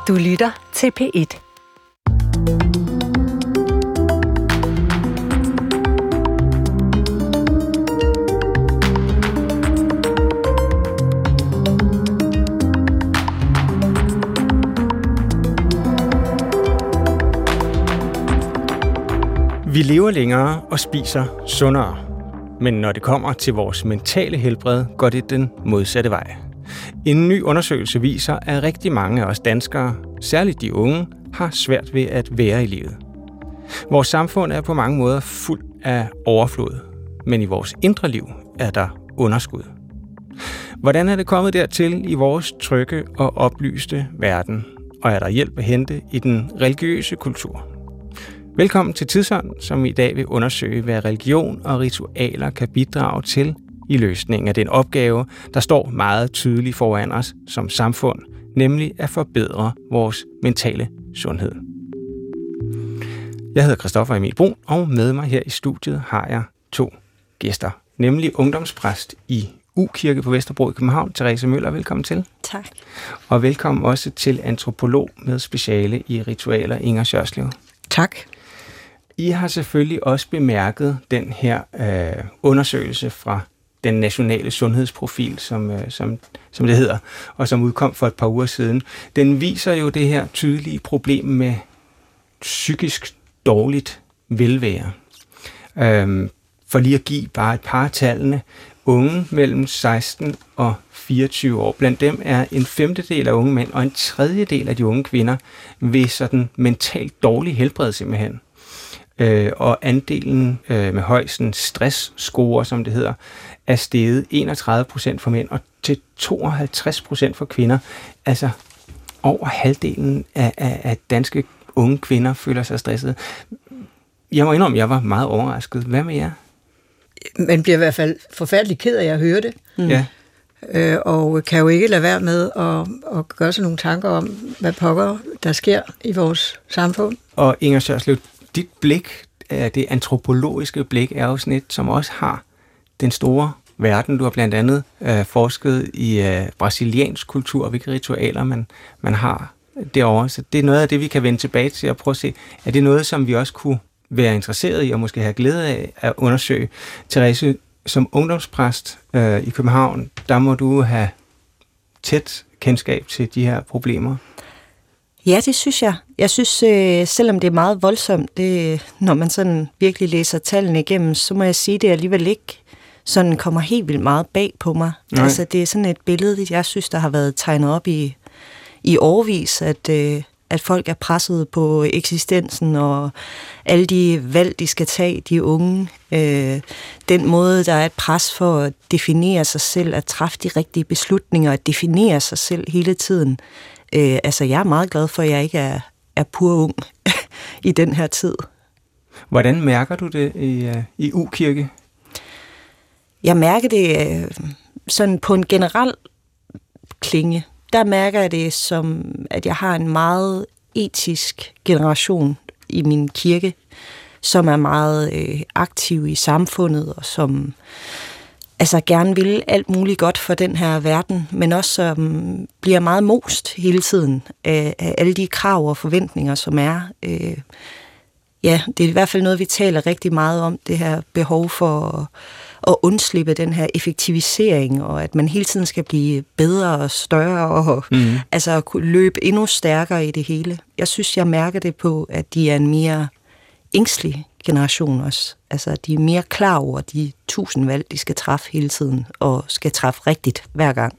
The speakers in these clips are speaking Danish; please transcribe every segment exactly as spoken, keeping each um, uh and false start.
Du lytter til P et. Vi lever længere og spiser sundere. Men når det kommer til vores mentale helbred, går det den modsatte vej. En ny undersøgelse viser, at rigtig mange af os danskere, særligt de unge, har svært ved at være i livet. Vores samfund er på mange måder fuld af overflod, men i vores indre liv er der underskud. Hvordan er det kommet dertil i vores trygge og oplyste verden, og er der hjælp at hente i den religiøse kultur? Velkommen til Tidsånd, som i dag vil undersøge, hvad religion og ritualer kan bidrage til i løsningen af den opgave, der står meget tydeligt foran os som samfund, nemlig at forbedre vores mentale sundhed. Jeg hedder Christoffer Emil Brun, og med mig her i studiet har jeg to gæster, nemlig ungdomspræst i U-kirke på Vesterbro i København, Therese Møller. Velkommen til. Tak. Og velkommen også til antropolog med speciale i ritualer, Inger Sjørslev. Tak. I har selvfølgelig også bemærket den her øh, undersøgelse fra den nationale sundhedsprofil, som, øh, som, som det hedder, og som udkom for et par uger siden. Den viser jo det her tydelige problem med psykisk dårligt velvære. Øhm, for lige at give bare et par af tallene. Unge mellem seksten og fireogtyve år. Blandt dem er en femtedel af unge mænd og en tredjedel af de unge kvinder ved sådan mentalt dårlig helbred simpelthen. Øh, og andelen øh, med højsten stressscore, som det hedder, er steget enogtredive procent for mænd og til tooghalvtreds procent for kvinder. Altså over halvdelen af, af, af danske unge kvinder føler sig stressede. Jeg må indrømme, at jeg var meget overrasket. Hvad med jer? Man bliver i hvert fald forfærdelig ked af at høre det. Mm. Ja. Øh, og kan jo ikke lade være med at, at gøre sig nogle tanker om, hvad pokker der sker i vores samfund. Og Inger Sjørslev, dit blik, det antropologiske blik, er jo sådan et, som også har den store verden. Du har blandt andet øh, forsket i øh, brasiliansk kultur, og hvilke ritualer man, man har derovre. Så det er noget af det, vi kan vende tilbage til og prøve at se, er det noget, som vi også kunne være interesseret i og måske have glæde af at undersøge. Therese, som ungdomspræst øh, i København, der må du have tæt kendskab til de her problemer. Ja, det synes jeg. Jeg synes, øh, selvom det er meget voldsomt, det, når man sådan virkelig læser tallene igennem, så må jeg sige, at det alligevel ikke sådan kommer helt vildt meget bag på mig. Nej. Altså, det er sådan et billede, jeg synes, der har været tegnet op i, i årevis, at, øh, at folk er presset på eksistensen og alle de valg, de skal tage, de unge. Øh, den måde, der er et pres for at definere sig selv, at træffe de rigtige beslutninger, at definere sig selv hele tiden. Øh, altså, jeg er meget glad for, at jeg ikke er, er pur ung i den her tid. Hvordan mærker du det i, i U-kirke? Jeg mærker det øh, sådan på en generel klinge. Der mærker jeg det som, at jeg har en meget etisk generation i min kirke, som er meget øh, aktiv i samfundet, og som altså gerne vil alt muligt godt for den her verden, men også som bliver meget most hele tiden af, af alle de krav og forventninger, som er. Øh, ja, det er i hvert fald noget, vi taler rigtig meget om, det her behov for at, at undslippe den her effektivisering, og at man hele tiden skal blive bedre og større, og mm. altså kunne løbe endnu stærkere i det hele. Jeg synes, jeg mærker det på, at de er en mere ængstelig generation også. Altså, de er mere klar over de tusind valg, de skal træffe hele tiden, og skal træffe rigtigt hver gang.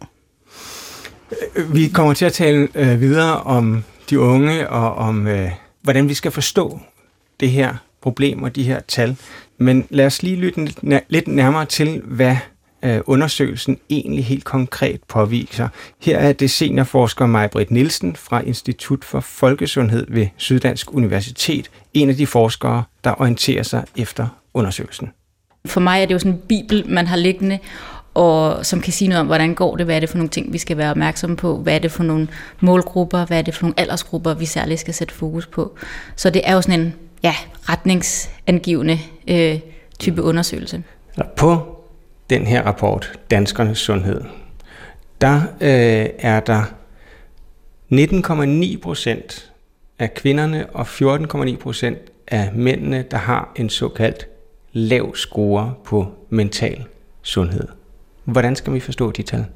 Vi kommer til at tale øh, videre om de unge, og om, øh, hvordan vi skal forstå det her problem og de her tal. Men lad os lige lytte lidt nærmere til, hvad øh, undersøgelsen egentlig helt konkret påviser. Her er det seniorforsker Maj-Britt Nielsen fra Institut for Folkesundhed ved Syddansk Universitet, en af de forskere, der orienterer sig efter undersøgelsen. For mig er det jo sådan en bibel, man har liggende, og som kan sige noget om, hvordan går det, hvad er det for nogle ting, vi skal være opmærksomme på, hvad er det for nogle målgrupper, hvad er det for nogle aldersgrupper, vi særligt skal sætte fokus på. Så det er jo sådan en ja, retningsangivende øh, type undersøgelse. På den her rapport, Danskernes Sundhed, der øh, er der nitten komma ni procent af kvinderne og fjorten komma ni procent af mændene, der har en såkaldt lav score på mental sundhed. Hvordan skal vi forstå de tal?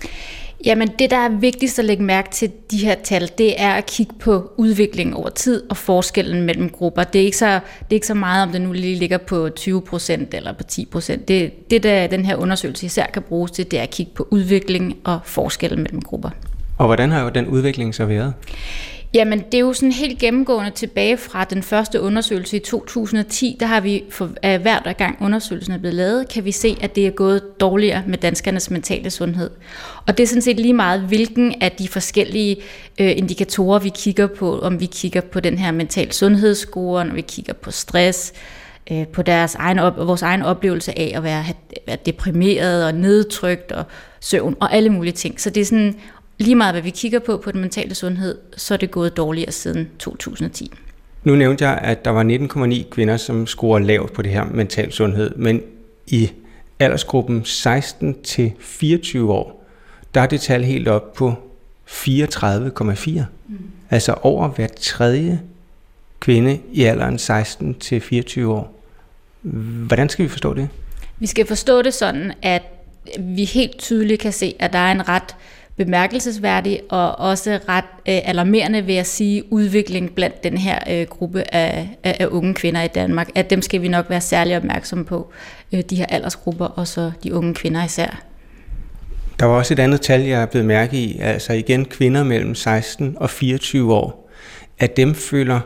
Jamen det, der er vigtigst at lægge mærke til de her tal, det er at kigge på udviklingen over tid og forskellen mellem grupper. Det er ikke så, det er ikke så meget, om det nu lige ligger på tyve procent eller på ti procent. Det, det, der den her undersøgelse især kan bruges til, det er at kigge på udvikling og forskellen mellem grupper. Og hvordan har jo den udvikling så været? Jamen, det er jo sådan helt gennemgående tilbage fra den første undersøgelse i to tusind og ti. Der har vi, for hver gang undersøgelsen er blevet lavet, kan vi se, at det er gået dårligere med danskernes mentale sundhed. Og det er sådan set lige meget, hvilken af de forskellige øh, indikatorer, vi kigger på, om vi kigger på den her mental sundhedsscore, når vi kigger på stress, øh, på deres egen op, vores egen oplevelse af at være, være deprimeret og nedtrykt og søvn og alle mulige ting. Så det er sådan... Lige meget hvad vi kigger på på den mentale sundhed, så er det gået dårligere siden to tusind og ti. Nu nævnte jeg, at der var nitten komma ni kvinder, som scorer lavt på det her mental sundhed, men i aldersgruppen seksten til fireogtyve år, der er det tal helt op på fireogtredive komma fire. Mm. Altså over hver tredje kvinde i alderen seksten til fireogtyve år. Hvordan skal vi forstå det? Vi skal forstå det sådan, at vi helt tydeligt kan se, at der er en ret bemærkelsesværdig og også ret øh, alarmerende, vil jeg sige, udvikling blandt den her øh, gruppe af, af, af unge kvinder i Danmark. At dem skal vi nok være særlig opmærksomme på, øh, de her aldersgrupper, og så de unge kvinder især. Der var også et andet tal, jeg er blevet mærke i, altså igen kvinder mellem seksten og fireogtyve år, at dem føler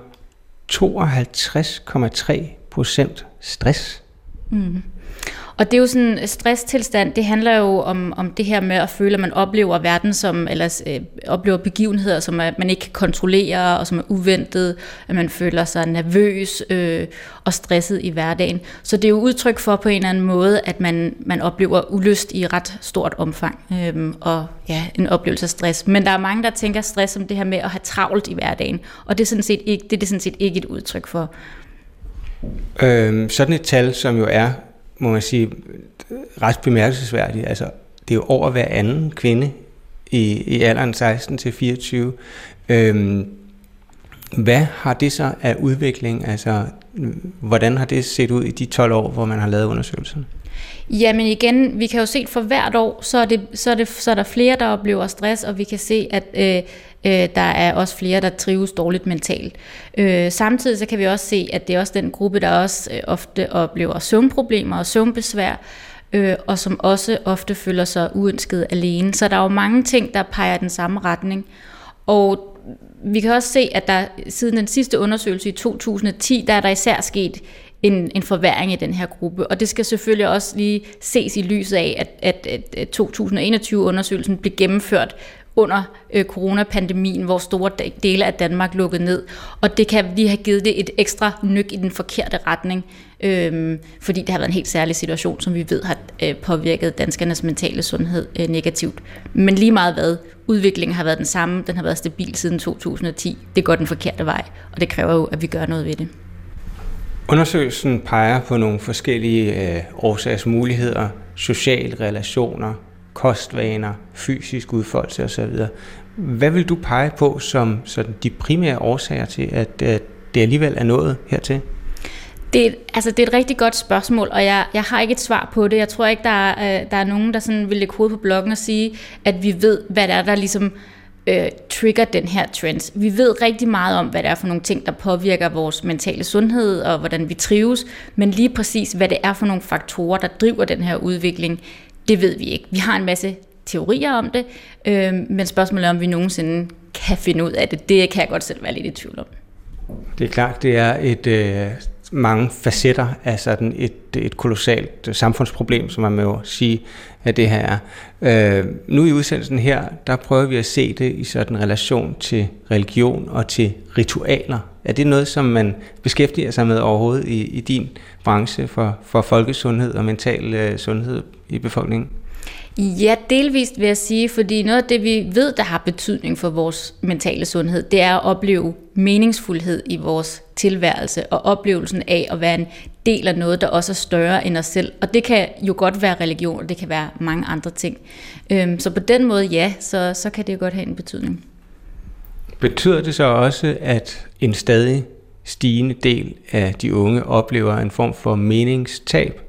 tooghalvtreds komma tre procent stress. Mm. Og det er jo sådan en stresstilstand, det handler jo om, om det her med at føle, at man oplever verden som, eller øh, oplever begivenheder, som at man ikke kan kontrollere, og som er uventet, at man føler sig nervøs øh, og stresset i hverdagen. Så det er jo udtryk for på en eller anden måde, at man, man oplever ulyst i ret stort omfang, øh, og ja, en oplevelse af stress. Men der er mange, der tænker stress som det her med at have travlt i hverdagen, og det er sådan set ikke, det er det sådan set ikke et udtryk for. Øhm, sådan et tal, som jo er, må man sige, ret bemærkelsesværdigt. Altså, det er jo over hver anden kvinde i, i alderen seksten til fireogtyve. Øhm, hvad har det så af udvikling? Altså, hvordan har det set ud i de tolv år, hvor man har lavet undersøgelsen? Jamen igen, vi kan jo se, at for hvert år, så er, det, så, er det, så er der flere, der oplever stress, og vi kan se, at øh, øh, der er også flere, der trives dårligt mentalt. Øh, samtidig så kan vi også se, at det er også den gruppe, der også øh, ofte oplever søvnproblemer og søvnbesvær, øh, og som også ofte føler sig uønsket alene. Så der er jo mange ting, der peger i den samme retning. Og vi kan også se, at der siden den sidste undersøgelse i to tusind og ti, der er der især sket en, en forværring i den her gruppe. Og det skal selvfølgelig også lige ses i lyset af, at, at, at, at to tusind og enogtyve-undersøgelsen blev gennemført under øh, coronapandemien, hvor store dele af Danmark lukkede ned. Og det kan lige have givet det et ekstra nyk i den forkerte retning, øh, fordi det har været en helt særlig situation, som vi ved har øh, påvirket danskernes mentale sundhed øh, negativt. Men lige meget hvad, udviklingen har været den samme, den har været stabil siden to tusind og ti. Det går den forkerte vej, og det kræver jo, at vi gør noget ved det. Undersøgelsen peger på nogle forskellige øh, årsagsmuligheder, sociale relationer, kostvaner, fysisk udfoldelse osv. Hvad vil du pege på som sådan de primære årsager til, at, at det alligevel er nået hertil? Det er, altså det er et rigtig godt spørgsmål, og jeg, jeg har ikke et svar på det. Jeg tror ikke, der er, der er nogen, der sådan vil lægge hovedet på blokken og sige, at vi ved, hvad der er, der ligesom øh, trigger den her trend. Vi ved rigtig meget om, hvad det er for nogle ting, der påvirker vores mentale sundhed, og hvordan vi trives, men lige præcis, hvad det er for nogle faktorer, der driver den her udvikling, det ved vi ikke. Vi har en masse teorier om det, øh, men spørgsmålet er, om vi nogensinde kan finde ud af det. Det kan jeg godt selv være lidt i tvivl om. Det er klart, det er et øh, mange facetter af sådan et, et kolossalt samfundsproblem, som man må sige, at det her er. Øh, nu i udsendelsen her, der prøver vi at se det i sådan en relation til religion og til ritualer. Er det noget, som man beskæftiger sig med overhovedet i, i din branche for, for folkesundhed og mental øh, sundhed i befolkningen? Ja, delvist vil jeg sige, fordi noget af det, vi ved, der har betydning for vores mentale sundhed, det er at opleve meningsfuldhed i vores tilværelse, og oplevelsen af at være en del af noget, der også er større end os selv. Og det kan jo godt være religion, og det kan være mange andre ting. Så på den måde, ja, så, så kan det jo godt have en betydning. Betyder det så også, at en stadig stigende del af de unge oplever en form for meningstab?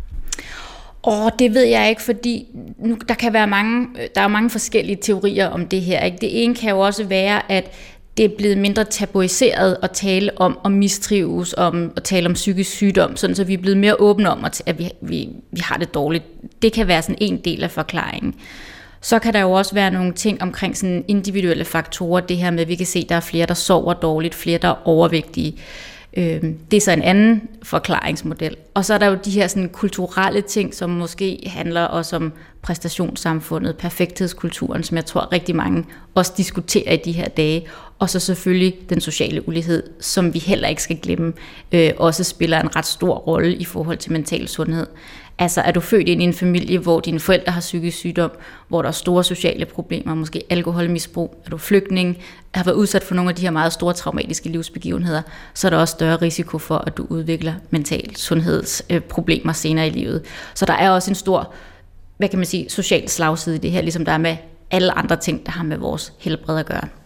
Og det ved jeg ikke, fordi nu, der kan være mange, der er mange forskellige teorier om det her. Ikke? Det ene kan jo også være, at det er blevet mindre tabuiseret at tale om at mistrives, om at tale om psykisk sygdom, sådan så vi er blevet mere åbne om, at vi, vi, vi har det dårligt. Det kan være sådan en del af forklaringen. Så kan der jo også være nogle ting omkring sådan individuelle faktorer, det her med, at vi kan se, at der er flere, der sover dårligt, flere, der er overvægtige. Det er så en anden forklaringsmodel. Og så er der jo de her sådan kulturelle ting, som måske handler også om præstationssamfundet, perfekthedskulturen, som jeg tror rigtig mange også diskuterer i de her dage. Og så selvfølgelig den sociale ulighed, som vi heller ikke skal glemme, øh, også spiller en ret stor rolle i forhold til mental sundhed. Altså er du født ind i en familie, hvor dine forældre har psykisk sygdom, hvor der er store sociale problemer, måske alkoholmisbrug, er du flygtning, har været udsat for nogle af de her meget store traumatiske livsbegivenheder, så er der også større risiko for, at du udvikler mental sundhedsproblemer senere i livet. Så der er også en stor, hvad kan man sige, social slagside i det her, ligesom der er med alle andre ting, der har med vores helbred at gøre.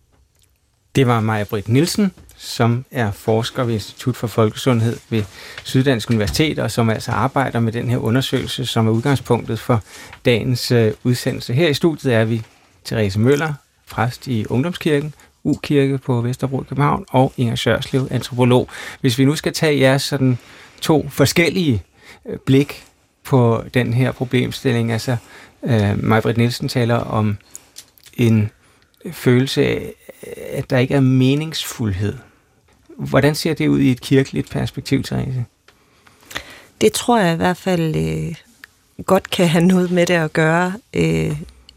Det var Maja-Britt Nielsen, som er forsker ved Institut for Folkesundhed ved Syddansk Universitet, og som altså arbejder med den her undersøgelse, som er udgangspunktet for dagens øh, udsendelse. Her i studiet er vi Therese Møller, præst i Ungdomskirken, U-kirke på Vesterbro i København, og Inger Sjørslev, antropolog. Hvis vi nu skal tage jeres sådan to forskellige øh, blik på den her problemstilling, altså øh, Maja-Britt Nielsen taler om en følelse af, at der ikke er meningsfuldhed. Hvordan ser det ud i et kirkeligt perspektiv, Therese? Det tror jeg i hvert fald øh, godt kan have noget med det at gøre. Øh,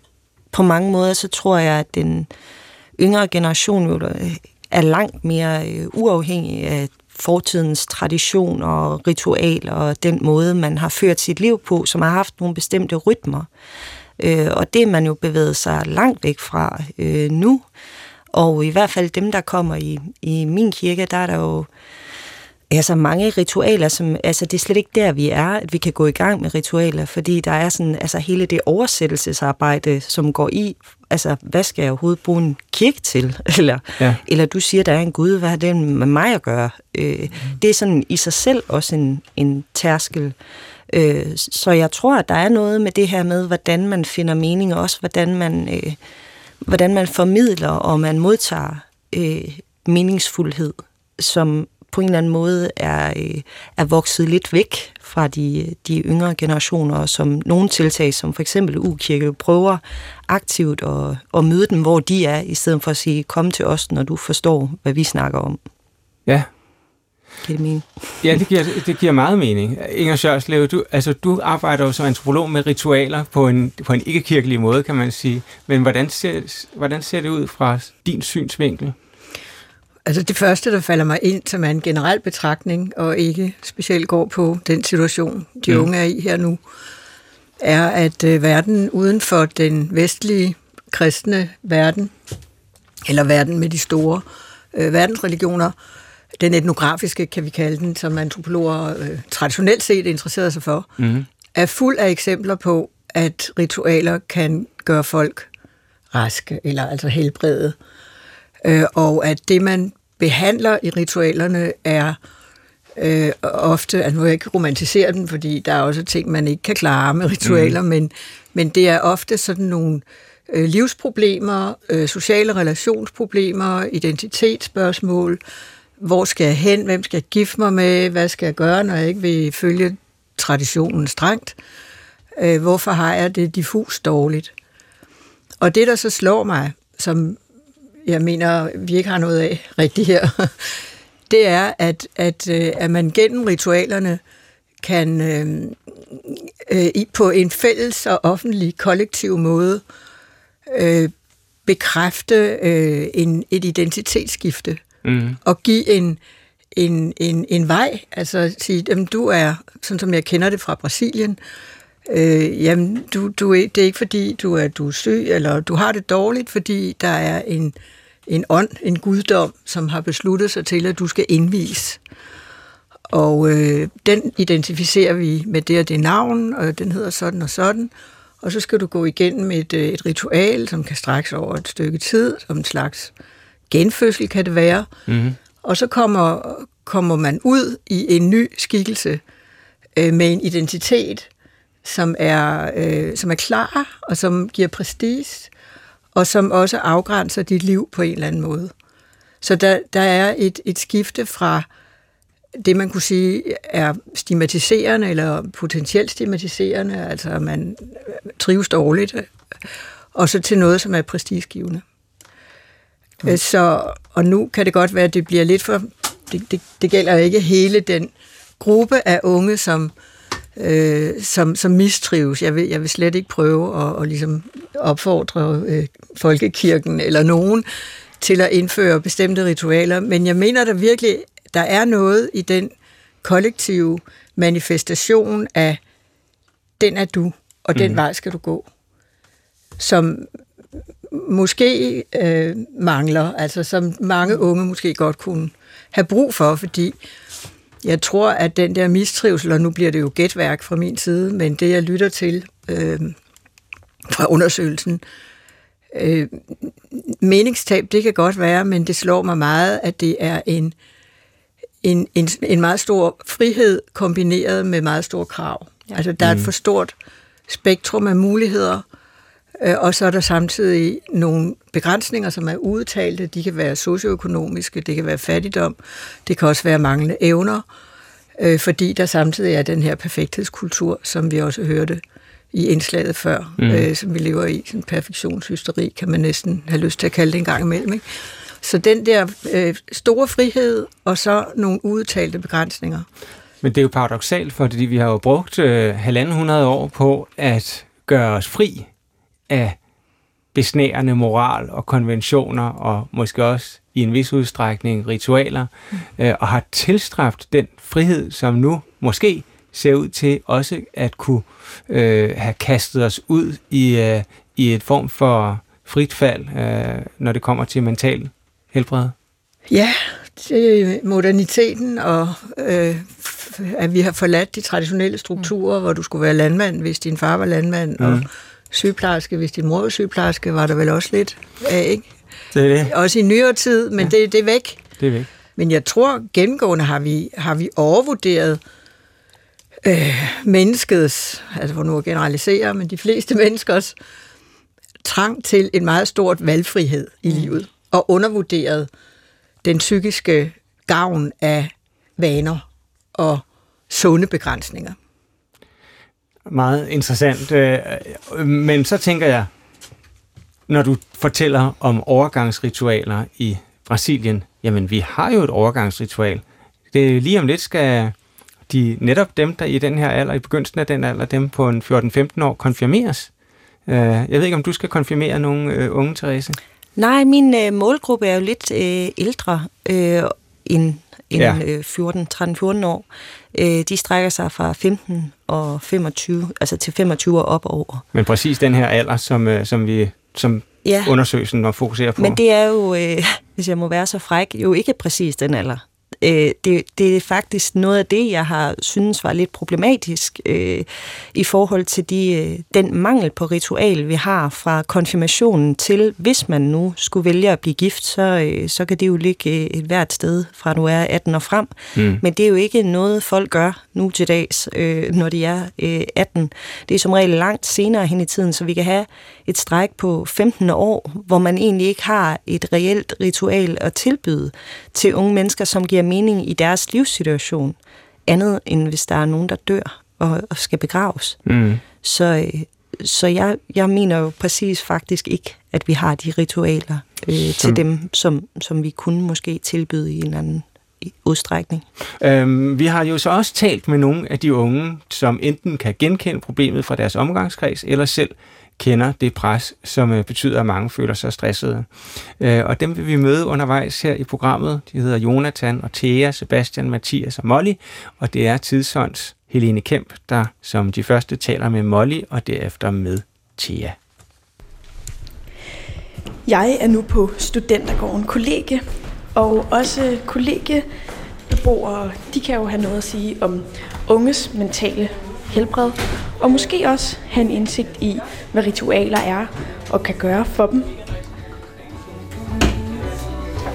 på mange måder så tror jeg, at den yngre generation jo er langt mere øh, uafhængig af fortidens tradition og ritualer og den måde, man har ført sit liv på, som har haft nogle bestemte rytmer. Øh, og det er man jo bevæget sig langt væk fra øh, nu. Og i hvert fald dem, der kommer i, i min kirke, der er der jo altså mange ritualer, som, altså det er slet ikke der, vi er, at vi kan gå i gang med ritualer, fordi der er sådan, altså hele det oversættelsesarbejde, som går i, altså hvad skal jeg overhovedet bruge en kirke til? Eller, ja. eller du siger, der er en Gud, hvad har det med mig at gøre? Øh, mm. Det er sådan i sig selv også en, en tærskel. Øh, så jeg tror, at der er noget med det her med, hvordan man finder mening, og også hvordan man... Øh, hvordan man formidler og man modtager øh, meningsfuldhed, som på en eller anden måde er, øh, er vokset lidt væk fra de, de yngre generationer, som nogle tiltag, som for eksempel U-kirke, prøver aktivt at, at møde dem, hvor de er, i stedet for at sige, kom til os, når du forstår, hvad vi snakker om. Ja. Giver det mening? Ja, det giver, det giver meget mening. Inger Sjørslev, du, altså, du arbejder jo som antropolog med ritualer på en, på en ikke-kirkelig måde, kan man sige. Men hvordan ser, hvordan ser det ud fra din synsvinkel? Altså det første, der falder mig ind, som er en generel betragtning, og ikke specielt går på den situation, de mm. unge er i her nu, er, at øh, verden uden for den vestlige kristne verden, eller verden med de store øh, verdensreligioner, den etnografiske, kan vi kalde den, som antropologer øh, traditionelt set interesserer sig for, mm. er fuld af eksempler på, at ritualer kan gøre folk raske, eller altså helbrede. Øh, og at det, man behandler i ritualerne, er øh, ofte, altså nu vil jeg ikke romantisere den, fordi der er også ting, man ikke kan klare med ritualer, mm. men, men det er ofte sådan nogle øh, livsproblemer, øh, sociale relationsproblemer, identitetsspørgsmål. Hvor skal jeg hen? Hvem skal jeg gifte mig med? Hvad skal jeg gøre, når jeg ikke vil følge traditionen strengt? Øh, hvorfor har jeg det diffus dårligt? Og det, der så slår mig, som jeg mener, vi ikke har noget af rigtigt her, det er, at, at, at man gennem ritualerne kan øh, øh, på en fælles og offentlig kollektiv måde øh, bekræfte øh, en, et identitetsskifte. Mm. Og give en, en, en, en vej, altså sige, jamen du er, sådan som jeg kender det fra Brasilien, øh, jamen du, du, det er ikke fordi, du er, du er syg, eller du har det dårligt, fordi der er en, en ånd, en guddom, som har besluttet sig til, at du skal indvies. Og øh, den identificerer vi med det og det navn, og den hedder sådan og sådan, og så skal du gå igennem et, et ritual, som kan strækkes over et stykke tid, som en slags genfødsel kan det være, mm-hmm. og så kommer, kommer man ud i en ny skikkelse øh, med en identitet, som er, øh, som er klar, og som giver prestige, og som også afgrænser dit liv på en eller anden måde. Så der, der er et, et skifte fra det, man kunne sige er stigmatiserende, eller potentielt stigmatiserende, altså man trives dårligt, og så til noget, som er prestigegivende. Mm. Så, og nu kan det godt være, at det bliver lidt for... Det, det, det gælder ikke hele den gruppe af unge, som, øh, som, som mistrives. Jeg vil, jeg vil slet ikke prøve at, at ligesom opfordre øh, folkekirken eller nogen til at indføre bestemte ritualer, men jeg mener, der virkelig der er noget i den kollektive manifestation af, den er du, og den mm. vej skal du gå, som måske øh, mangler, altså som mange unge måske godt kunne have brug for, fordi jeg tror, at den der mistrivsel, og nu bliver det jo gætværk fra min side, men det jeg lytter til øh, fra undersøgelsen, øh, meningstab, det kan godt være, men det slår mig meget, at det er en En, en, en meget stor frihed kombineret med meget store krav. Ja. Altså, der er et for stort spektrum af muligheder, øh, og så er der samtidig nogle begrænsninger, som er udtalte. De kan være socioøkonomiske, det kan være fattigdom, det kan også være manglende evner, øh, fordi der samtidig er den her perfekthedskultur, som vi også hørte i indslaget før, mm. øh, som vi lever i. Sådan perfektionshysteri, kan man næsten have lyst til at kalde det en gang imellem, ikke? Så den der øh, store frihed, og så nogle udtalte begrænsninger. Men det er jo paradoksalt, fordi vi har jo brugt øh, halvanden hundrede år på at gøre os fri af besnærende moral og konventioner, og måske også i en vis udstrækning ritualer, mm. øh, og har tilstræbt den frihed, som nu måske ser ud til også at kunne øh, have kastet os ud i, øh, i et form for frit fald, øh, når det kommer til mental helbred? Ja, det er moderniteten, og øh, at vi har forladt de traditionelle strukturer, mm. hvor du skulle være landmand, hvis din far var landmand, mm. og sygeplejerske, hvis din mor var sygeplejerske, var der vel også lidt af, ikke? Det er det. Også i nyere tid, men ja. det, det er væk. Det er væk. Men jeg tror, gennemgående har vi, har vi overvurderet øh, menneskets, altså for nu at generalisere, men de fleste menneskers trang til en meget stort valgfrihed i mm. livet, og undervurderet den psykiske gavn af vaner og sunde begrænsninger. Meget interessant. Men så tænker jeg, når du fortæller om overgangsritualer i Brasilien, jamen vi har jo et overgangsritual. Det lige om lidt skal de netop dem, der i den her alder, i begyndelsen af den alder, dem på en fjorten femten år, konfirmeres. Jeg ved ikke, om du skal konfirmere nogle unge, Therese? Nej, min øh, målgruppe er jo lidt øh, ældre øh, end, end ja. øh, fjorten, tretten fjorten år. Øh, de strækker sig fra femten og femogtyve, altså til femogtyve år op over. Men præcis den her alder, som, øh, som vi som ja. undersøgelsen må fokusere på. Men det er jo, øh, hvis jeg må være så fræk, jo ikke præcis den alder. Øh, det, det er faktisk noget af det, jeg har synes var lidt problematisk øh, i forhold til de, øh, den mangel på ritual, vi har fra konfirmationen til, hvis man nu skulle vælge at blive gift, så, øh, så kan det jo ligge et hvert sted fra du er atten og frem. Mm. Men det er jo ikke noget, folk gør nu til dags, øh, når de er øh, atten. Det er som regel langt senere hen i tiden, så vi kan have et stræk på femten år, hvor man egentlig ikke har et reelt ritual at tilbyde til unge mennesker, som giver mening i deres livssituation, andet end hvis der er nogen, der dør og, og skal begraves. Mm. Så, så jeg, jeg mener jo præcis faktisk ikke, at vi har de ritualer øh, til dem, som, som vi kunne måske tilbyde i en eller anden udstrækning. Øhm, vi har jo så også talt med nogle af de unge, som enten kan genkende problemet fra deres omgangskreds, eller selv kender det pres, som øh, betyder, at mange føler sig stressede. Øh, og dem vil vi møde undervejs her i programmet. De hedder Jonathan og Thea, Sebastian, Mathias og Molly, og det er Tidsånds Helene Kemp, der som de første taler med Molly, og derefter med Thea. Jeg er nu på Studentergården Kollegie, og også kollegiebeboere, de kan jo have noget at sige om unges mentale helbred, og måske også have en indsigt i, hvad ritualer er og kan gøre for dem.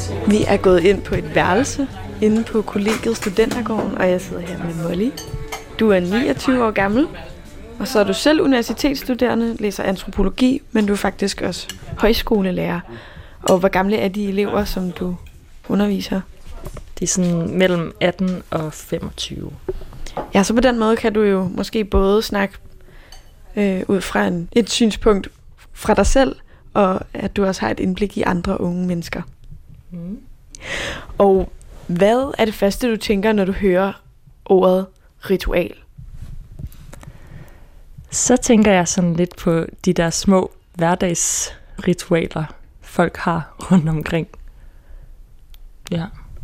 Vi er gået ind på et værelse inde på kollegiet Studentergården, og jeg sidder her med Molly. Du er niogtyve år gammel, og så er du selv universitetsstuderende, læser antropologi, men du er faktisk også højskolelærer. Og hvor gamle er de elever, som du underviser? De er sådan mellem atten og femogtyve. Ja, så på den måde kan du jo måske både snakke øh, ud fra en, et synspunkt fra dig selv, og at du også har et indblik i andre unge mennesker. Mm. Og hvad er det første, du tænker, når du hører ordet ritual? Så tænker jeg sådan lidt på de der små hverdagsritualer, folk har rundt omkring. Ja.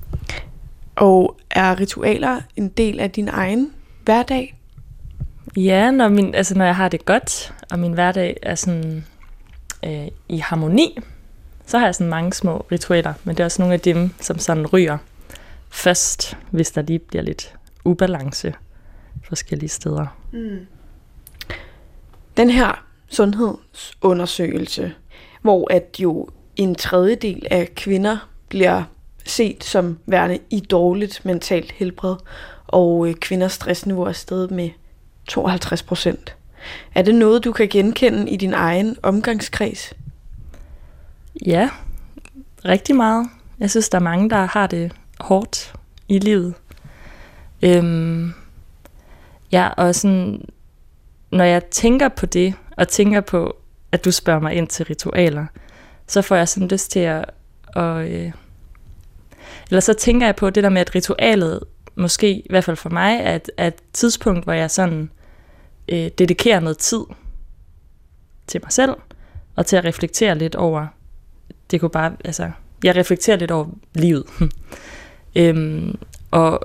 Og er ritualer en del af din egen hverdag? Ja, når, min, altså når jeg har det godt, og min hverdag er sådan øh, i harmoni, så har jeg sådan mange små ritualer, men det er også nogle af dem, som sådan ryger først, hvis der lige bliver lidt ubalance forskellige steder. Mm. Den her sundhedsundersøgelse, hvor at jo en tredjedel af kvinder bliver set som værende i dårligt mentalt helbred, og øh, kvinders stressniveau er steget med tooghalvtreds procent. Er det noget, du kan genkende i din egen omgangskreds? Ja, rigtig meget. Jeg synes, der er mange, der har det hårdt i livet. Øhm, ja, og sådan, når jeg tænker på det, og tænker på, at du spørger mig ind til ritualer, så får jeg sådan lyst til at... Og, øh, eller så tænker jeg på det der med, at ritualet, måske i hvert fald for mig, er et, er et tidspunkt, hvor jeg sådan øh, dedikerer noget tid til mig selv, og til at reflektere lidt over, det kunne bare, altså, jeg reflekterer lidt over livet. øhm, og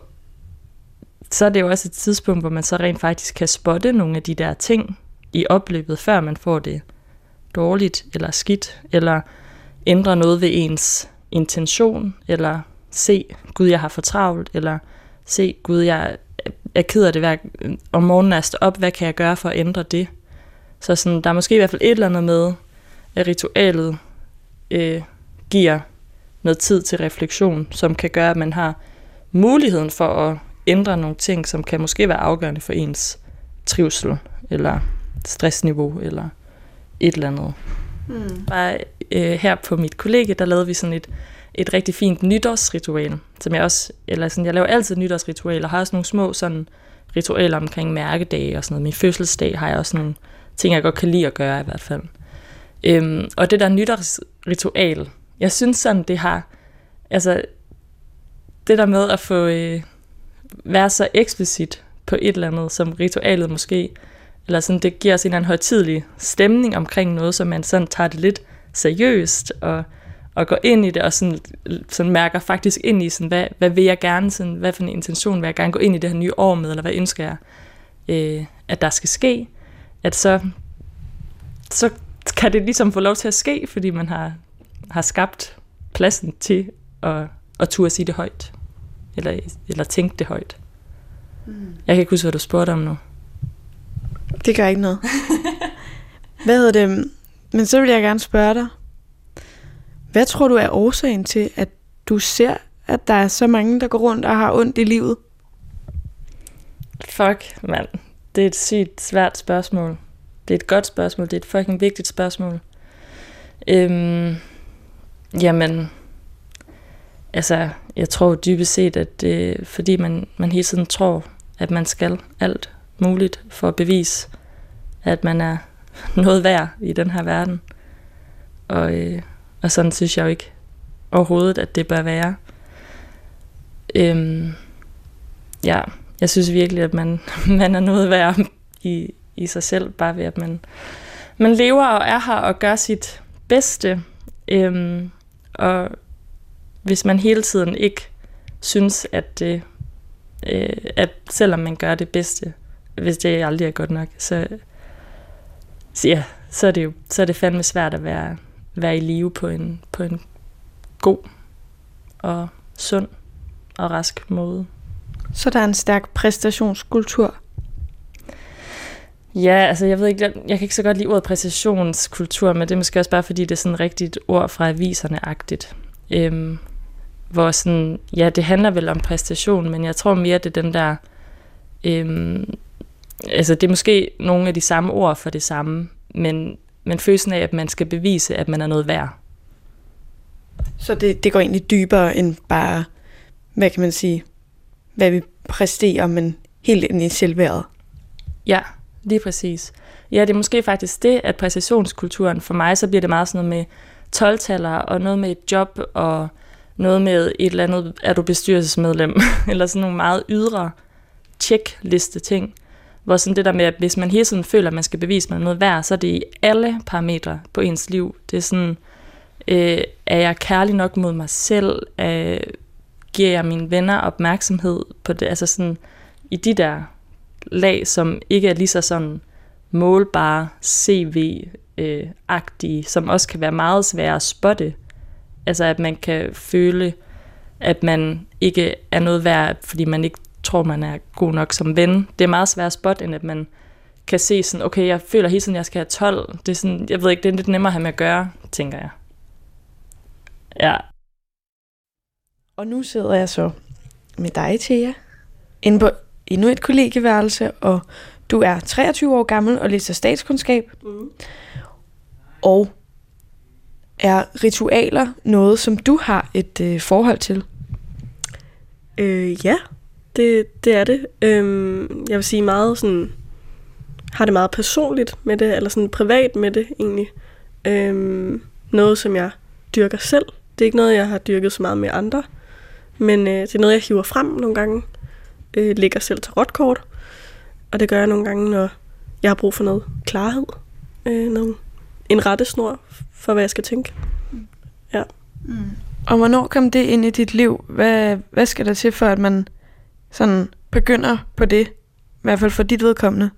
så er det jo også et tidspunkt, hvor man så rent faktisk kan spotte nogle af de der ting i opløbet, før man får det dårligt eller skidt, eller ændre noget ved ens intention, eller se, Gud, jeg har for travlt, eller se, Gud, jeg er ked af det hver, om morgenen er stået op, hvad kan jeg gøre for at ændre det? Så sådan, der er måske i hvert fald et eller andet med, at ritualet øh, giver noget tid til refleksion, som kan gøre, at man har muligheden for at ændre nogle ting, som kan måske være afgørende for ens trivsel, eller stressniveau, eller et eller andet. Mm. Bare øh, her på mit kollegie, der lavede vi sådan et, et rigtig fint nytårsritual, som jeg også, eller sådan, jeg laver altid nytårsritualer, og har også nogle små sådan ritualer omkring mærkedage og sådan noget. Min fødselsdag har jeg også nogle ting, jeg godt kan lide at gøre i hvert fald. Øhm, og det der nytårsritual, jeg synes sådan, det har, altså det der med at få øh, være så eksplicit på et eller andet, som ritualet måske, eller sådan, det giver os en eller anden højtidelig stemning omkring noget, så man sådan tager det lidt seriøst, og, og går ind i det, og sådan, sådan mærker faktisk ind i, sådan, hvad, hvad vil jeg gerne, sådan, hvad for en intention vil jeg gerne gå ind i det her nye år med, eller hvad ønsker jeg, øh, at der skal ske, at så, så kan det ligesom få lov til at ske, fordi man har, har skabt pladsen til at, at turde sige det højt, eller, eller tænke det højt. Mm. Jeg kan ikke huske, hvad du spurgte om nu. Det gør ikke noget. Hvad hedder det? Men så vil jeg gerne spørge dig. Hvad tror du er årsagen til, at du ser, at der er så mange, der går rundt og har ondt i livet? Fuck, mand. Det er et sygt svært spørgsmål. Det er et godt spørgsmål. Det er et fucking vigtigt spørgsmål. Øhm, jamen, altså, jeg tror dybest set, at det er, fordi man, man hele tiden tror, at man skal alt muligt for at bevise, at man er noget værd i den her verden. Og, øh, og sådan synes jeg jo ikke overhovedet, at det bør være. Øhm, ja, jeg synes virkelig, at man, man er noget værd i, i sig selv, bare ved at man, man lever og er her og gør sit bedste. Øhm, og hvis man hele tiden ikke synes, at, det, øh, at selvom man gør det bedste, hvis det aldrig er godt nok, så, så, ja, så, er, det jo, så er det fandme svært at være, være i live på en, på en god og sund og rask måde. Så der er en stærk præstationskultur? Ja, altså jeg ved ikke, jeg, jeg kan ikke så godt lide ordet præstationskultur, men det er måske også bare fordi, det er sådan et rigtigt ord fra aviserne-agtigt. Øhm, hvor sådan, ja, det handler vel om præstation, men jeg tror mere, det er den der, øhm, altså det er måske nogle af de samme ord for det samme, men, men følelsen af, at man skal bevise, at man er noget værd. Så det, det går egentlig dybere end bare, hvad kan man sige, hvad vi præsterer, men helt ind i selvværdet. Ja, lige præcis. Ja, det er måske faktisk det, at præstationskulturen for mig, så bliver det meget sådan noget med tolv-taller, og noget med et job, og noget med et eller andet, er du bestyrelsesmedlem, eller sådan nogle meget ydre checkliste ting, hvor sådan det der med, at hvis man hele tiden føler, at man skal bevise, at man er noget værd, så er det i alle parametre på ens liv. Det er sådan, øh, er jeg kærlig nok mod mig selv? Øh, giver jeg mine venner opmærksomhed på det? Altså sådan, i de der lag, som ikke er lige så sådan målbare, C V-agtige, som også kan være meget svære at spotte. Altså at man kan føle, at man ikke er noget værd, fordi man ikke tror, man er god nok som ven. Det er meget svært at spotte, end at man kan se sådan, okay, jeg føler hele tiden, jeg skal have tolv. Det er sådan, jeg ved ikke, det er lidt nemmere at have med at gøre, tænker jeg. Ja. Og nu sidder jeg så med dig, Thea, inde på endnu et kollegieværelse, og du er treogtyve år gammel og læser statskundskab. Mm. Og er ritualer noget, som du har et øh, forhold til? Øh, ja, det, det er det. Øhm, jeg vil sige meget sådan, har det meget personligt med det, eller sådan privat med det egentlig. Øhm, noget, som jeg dyrker selv. Det er ikke noget, jeg har dyrket så meget med andre, men øh, det er noget, jeg hiver frem nogle gange. Øh, lægger selv tarotkort, og det gør jeg nogle gange, når jeg har brug for noget klarhed. Øh, nogle, en rettesnor for, hvad jeg skal tænke. Ja. Mm. Og hvornår kom det ind i dit liv? Hvad, hvad skal der til, for at man sådan begynder på det? I hvert fald for dit vedkommende.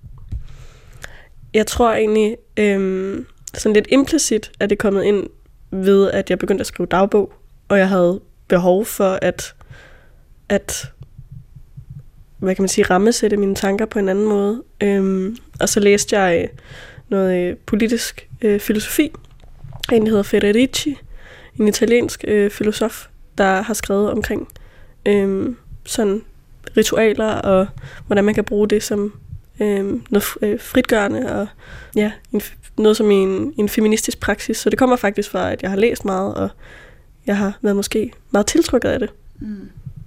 Jeg tror egentlig, øhm, sådan lidt implicit, at det er kommet ind ved, at jeg begyndte at skrive dagbog, og jeg havde behov for at, at hvad kan man sige, rammesætte mine tanker på en anden måde. Øhm, og så læste jeg noget øh, politisk øh, filosofi. En, der hedder Federici, en italiensk øh, filosof, der har skrevet omkring øh, sådan ritualer, og hvordan man kan bruge det som øh, noget øh, fritgørende, og ja, en, noget som i en, en feministisk praksis. Så det kommer faktisk fra, at jeg har læst meget, og jeg har været måske meget tiltrykket af det. Mm.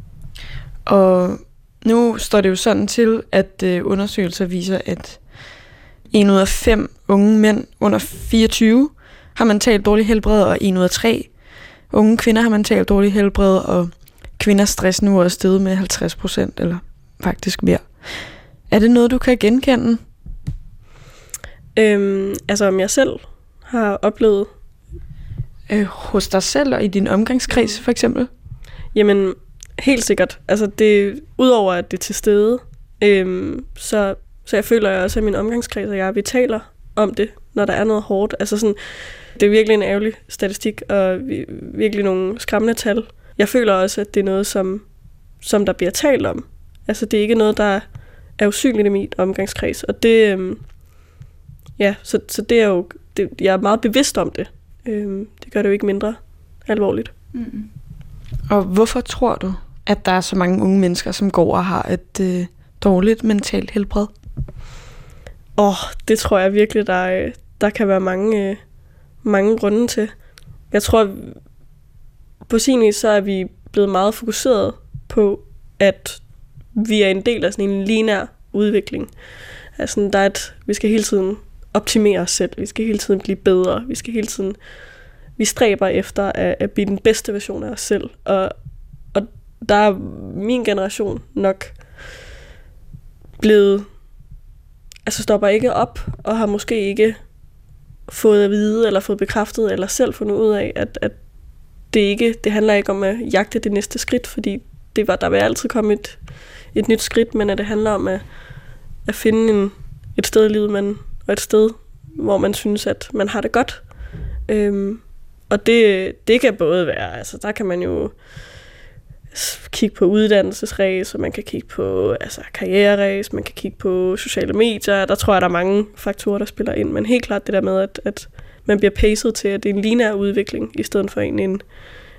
Og nu står det jo sådan til, at øh, undersøgelser viser, at en ud af fem unge mænd under fireogtyve har mentalt dårlig helbred, og en ud af tre unge kvinder har mentalt dårlig helbred, og kvinders stress nu er steget med halvtreds procent, eller faktisk mere. Er det noget, du kan genkende? Øhm, altså om jeg selv har oplevet? Øh, hos dig selv og i din omgangskreds, for eksempel? Jamen, helt sikkert. Altså det, udover at det er til stede, øhm, så, så jeg føler også, at min omgangskreds og jeg, vi taler om det, når der er noget hårdt. Altså sådan, det er virkelig en ærgerlig statistik, og virkelig nogle skræmmende tal. Jeg føler også, at det er noget, som, som der bliver talt om. Altså det er ikke noget, der er usynligt i mit omgangskreds. Og det, øhm, ja, så, så det er jo, det, jeg er meget bevidst om det. Øhm, det gør det jo ikke mindre alvorligt. Mm. Og hvorfor tror du, at der er så mange unge mennesker, som går og har et øh, dårligt mentalt helbred? Åh, oh, det tror jeg virkelig, der, der kan være mange, øh, mange grunde til. Jeg tror, på sin vis, så er vi blevet meget fokuseret på, at vi er en del af sådan en lineær udvikling. Altså, der er et, vi skal hele tiden optimere os selv, vi skal hele tiden blive bedre, vi skal hele tiden, vi stræber efter at, at blive den bedste version af os selv. Og, og der er min generation nok blevet, altså stopper ikke op, og har måske ikke fået at vide, eller fået bekræftet, eller selv fundet ud af, at, at det ikke, det handler ikke om at jagte det næste skridt, fordi det var, der vil altid komme et, et nyt skridt, men at det handler om at, at finde en, et sted i livet, man, og et sted, hvor man synes, at man har det godt. Øhm, og det, det kan både være, altså der kan man jo kigge på uddannelsesræs, og man kan kigge på altså, karriereræs, man kan kigge på sociale medier. Der tror jeg, der er mange faktorer, der spiller ind. Men helt klart det der med, at, at man bliver pacet til, at det er en lineær udvikling, i stedet for en, en,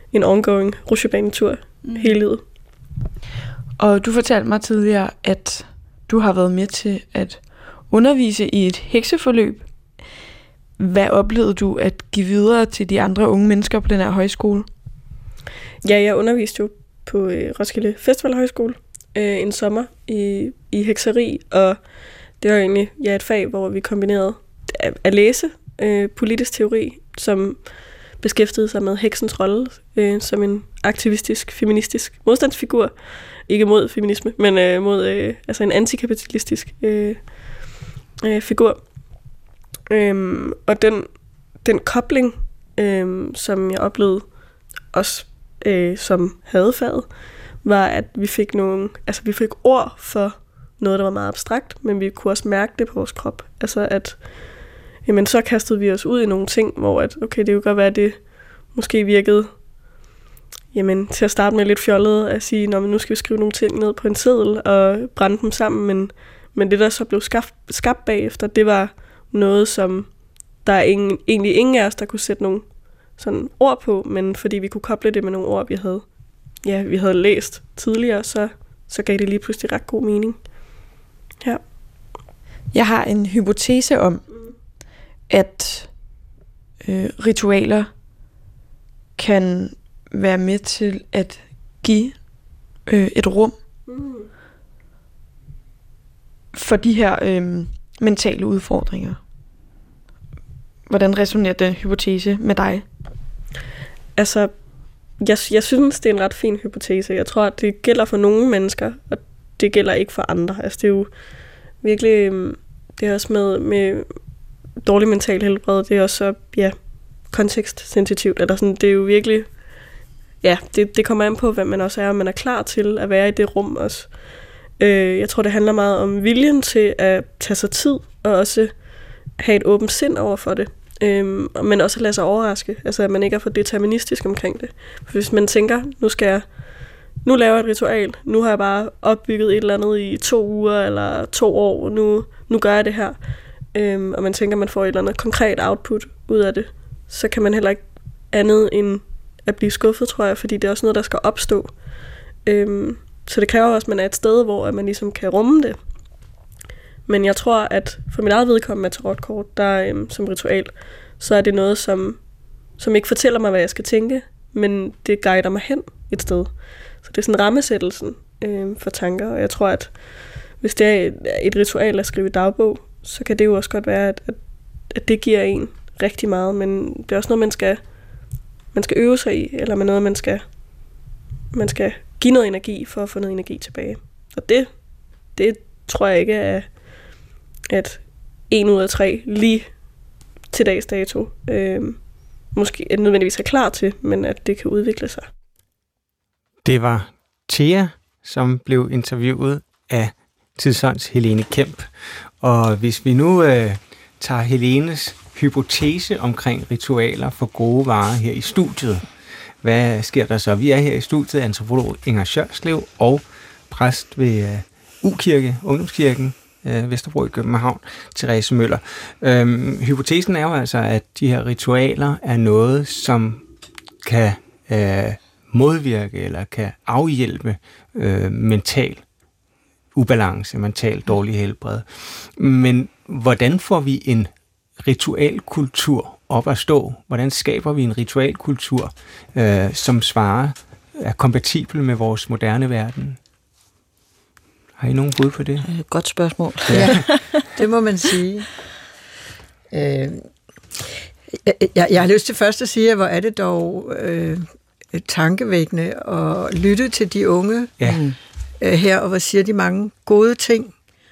en ongoing rutsjebanetur mm. hele livet. Og du fortalte mig tidligere, at du har været med til at undervise i et hekseforløb. Hvad oplevede du at give videre til de andre unge mennesker på den her højskole? Ja, jeg underviste jo på øh, Roskilde Festivalhøjskole øh, en sommer i, i hekseri, og det var egentlig ja, et fag, hvor vi kombinerede at, at læse øh, politisk teori, som beskæftigede sig med heksens rolle øh, som en aktivistisk, feministisk modstandsfigur. Ikke mod feminisme, men øh, mod øh, altså en antikapitalistisk øh, øh, figur. Øhm, og den, den kobling, øh, som jeg oplevede også øh, som havde faget, var, at vi fik nogle, altså vi fik ord for noget, der var meget abstrakt, men vi kunne også mærke det på vores krop. Altså at, jamen så kastede vi os ud i nogle ting, hvor at, okay, det kunne godt være, at det måske virkede, jamen til at starte med lidt fjollet, at sige, nå, men nu skal vi skrive nogle ting ned på en seddel og brænde dem sammen, men, men det, der så blev skabt, skabt bagefter, det var noget, som der er ingen, egentlig ingen af os, der kunne sætte nogle sådan ord på, men fordi vi kunne koble det med nogle ord, vi havde, ja, vi havde læst tidligere, så, så gav det lige pludselig ret god mening. Ja. Jeg har en hypotese om, at øh, ritualer kan være med til at give øh, et rum mm. for de her øh, mentale udfordringer. Hvordan resonerer den hypotese med dig? Altså, jeg, jeg synes, det er en ret fin hypotese. Jeg tror, at det gælder for nogle mennesker, og det gælder ikke for andre. Altså, det er jo virkelig, det er også med, med dårlig mental helbred, det er også så, ja, kontekstsensitivt. Eller sådan, det er jo virkelig, ja, det, det kommer an på, hvad man også er, og man er klar til at være i det rum også. Øh, jeg tror, det handler meget om viljen til at tage sig tid, og også have et åbent sind over for det. Øhm, men også at lade sig overraske. Altså, at man ikke er for deterministisk omkring det. For hvis man tænker, nu skal jeg, nu laver jeg et ritual, nu har jeg bare opbygget et eller andet i to uger, eller to år, nu, nu gør jeg det her. Øhm, og man tænker, man får et eller andet konkret output ud af det, så kan man heller ikke andet end at blive skuffet, tror jeg, fordi det er også noget, der skal opstå. Øhm, så det kræver også, at man er et sted, hvor man ligesom kan rumme det. Men jeg tror, at for mit eget vedkommende med tarotkort, der øhm, som ritual, så er det noget, som, som ikke fortæller mig, hvad jeg skal tænke, men det guider mig hen et sted. Så det er sådan rammesættelsen øhm, for tanker, og jeg tror, at hvis det er et, et ritual at skrive dagbog, så kan det jo også godt være, at, at, at det giver en rigtig meget, men det er også noget, man skal, man skal øve sig i, eller med noget, man skal, man skal give noget energi for at få noget energi tilbage. Og det, det tror jeg ikke er, at en ud af tre lige til dags dato øh, måske er nødvendigvis er klar til, men at det kan udvikle sig. Det var Thea, som blev interviewet af Tidsånds Helene Kemp. Og hvis vi nu øh, tager Helenes hypotese omkring ritualer for gode varer her i studiet, hvad sker der så? Vi er her i studiet, antropolog Inger Sjørslev og præst ved øh, U-kirke, Ungdomskirken, øh, Vesterbro i København, Therese Møller. Øhm, hypotesen er jo altså, at de her ritualer er noget, som kan øh, modvirke eller kan afhjælpe øh, mental ubalance, mental dårlig helbred. Men hvordan får vi en ritualkultur op at stå? Hvordan skaber vi en ritualkultur, øh, som svarer, er kompatibel med vores moderne verden? Har I nogen bud på det? Godt spørgsmål. Ja, det må man sige. Øh, jeg, jeg har lyst til først at sige, hvor er det dog øh, tankevækkende at lytte til de unge ja. øh, her, og hvor siger de mange gode ting.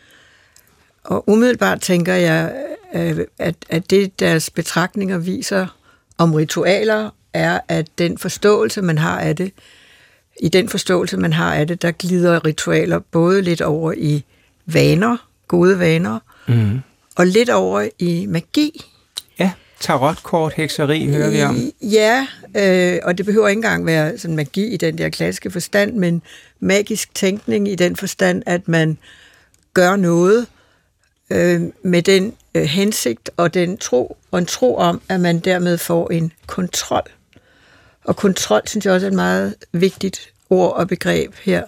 Og umiddelbart tænker jeg, øh, at, at det deres betragtninger viser om ritualer, er, at den forståelse, man har af det, i den forståelse, man har af det, der glider ritualer både lidt over i vaner, gode vaner, mm. og lidt over i magi. Ja, tarotkort, hekseri, hører vi om. Ja, øh, og det behøver ikke engang være sådan magi i den der klassiske forstand, men magisk tænkning i den forstand, at man gør noget øh, med den øh, hensigt og den tro, og en tro om, at man dermed får en kontrol. Og kontrol, synes jeg også er et meget vigtigt ord og begreb her.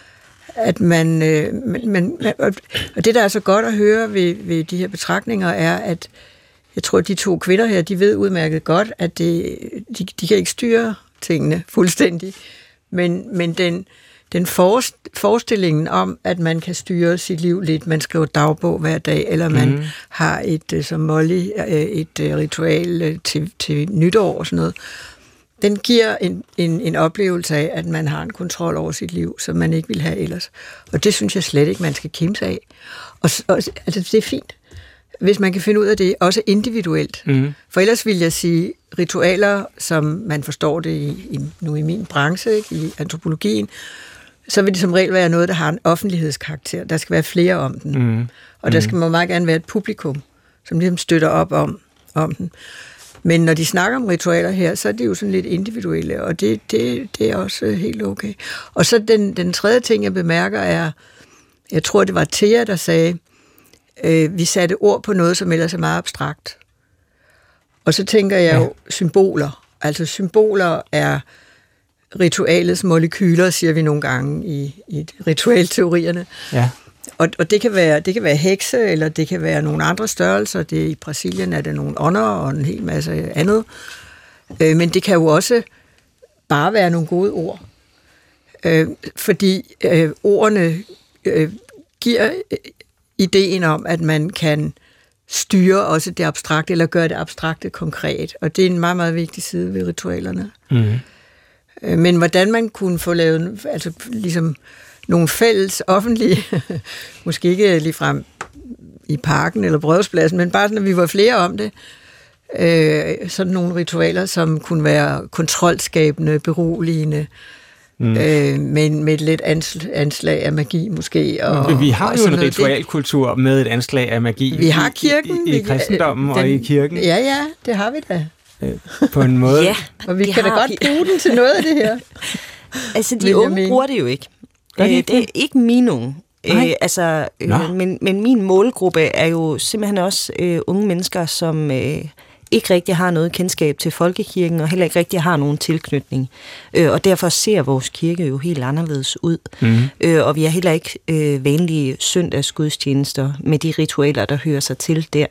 At man, øh, man, man, og det, der er så godt at høre ved, ved de her betragtninger, er, at jeg tror, at de to kvinder her, de ved udmærket godt, at det, de, de kan ikke styre tingene fuldstændig. Men, men den, den forestillingen om, at man kan styre sit liv lidt, man skriver dagbog hver dag, eller man mm. har et, som Molly, et ritual til, til nytår og sådan noget, den giver en, en, en oplevelse af, at man har en kontrol over sit liv, som man ikke vil have ellers. Og det synes jeg slet ikke, man skal kæmpe sig af. Og, og altså, det er fint, hvis man kan finde ud af det, også individuelt. Mm. For ellers vil jeg sige, ritualer, som man forstår det i, i, nu i min branche, ikke, i antropologien, så vil det som regel være noget, der har en offentlighedskarakter. Der skal være flere om den. Mm. Og der skal man meget gerne være et publikum, som ligesom støtter op om, om den. Men når de snakker om ritualer her, så er det jo sådan lidt individuelle, og det, det, det er også helt okay. Og så den, den tredje ting, jeg bemærker, er, jeg tror, det var Thea, der sagde, øh, vi satte ord på noget, som ellers er meget abstrakt. Og så tænker jeg jo symboler. Altså symboler er ritualets molekyler, siger vi nogle gange i, i ritualteorierne. Ja. Og, og det kan være det kan være hekse, eller det kan være nogle andre størrelser. Det, i Brasilien er det nogle ånder og en hel masse andet. Øh, men det kan jo også bare være nogle gode ord. Øh, fordi øh, ordene øh, giver ideen om, at man kan styre også det abstrakte, eller gøre det abstrakte konkret. Og det er en meget, meget vigtig side ved ritualerne. Mm. Øh, men hvordan man kunne få lavet, altså ligesom nogle fælles offentlige, måske ikke ligefrem i parken eller Brødhuspladsen, men bare sådan, at vi var flere om det. Øh, sådan nogle ritualer, som kunne være kontrolskabende, beroligende, mm. øh, men med et lidt anslag af magi måske. Og, vi har og jo en ritualkultur det. Med et anslag af magi. Vi har kirken. I, i, i kristendommen den, og i kirken. Ja, ja, det har vi da. På en måde. Ja, og vi kan da godt vi. bruge den til noget af det her. Altså, de unge bruger det jo ikke. Øh, det er ikke mine øh, altså, øh, men, men min målgruppe er jo simpelthen også øh, unge mennesker, som øh, ikke rigtig har noget kendskab til folkekirken, og heller ikke rigtig har nogen tilknytning. Øh, og derfor ser vores kirke jo helt anderledes ud. Mm. Øh, og vi har heller ikke øh, vanlige søndagsgudstjenester med de ritualer, der hører sig til der.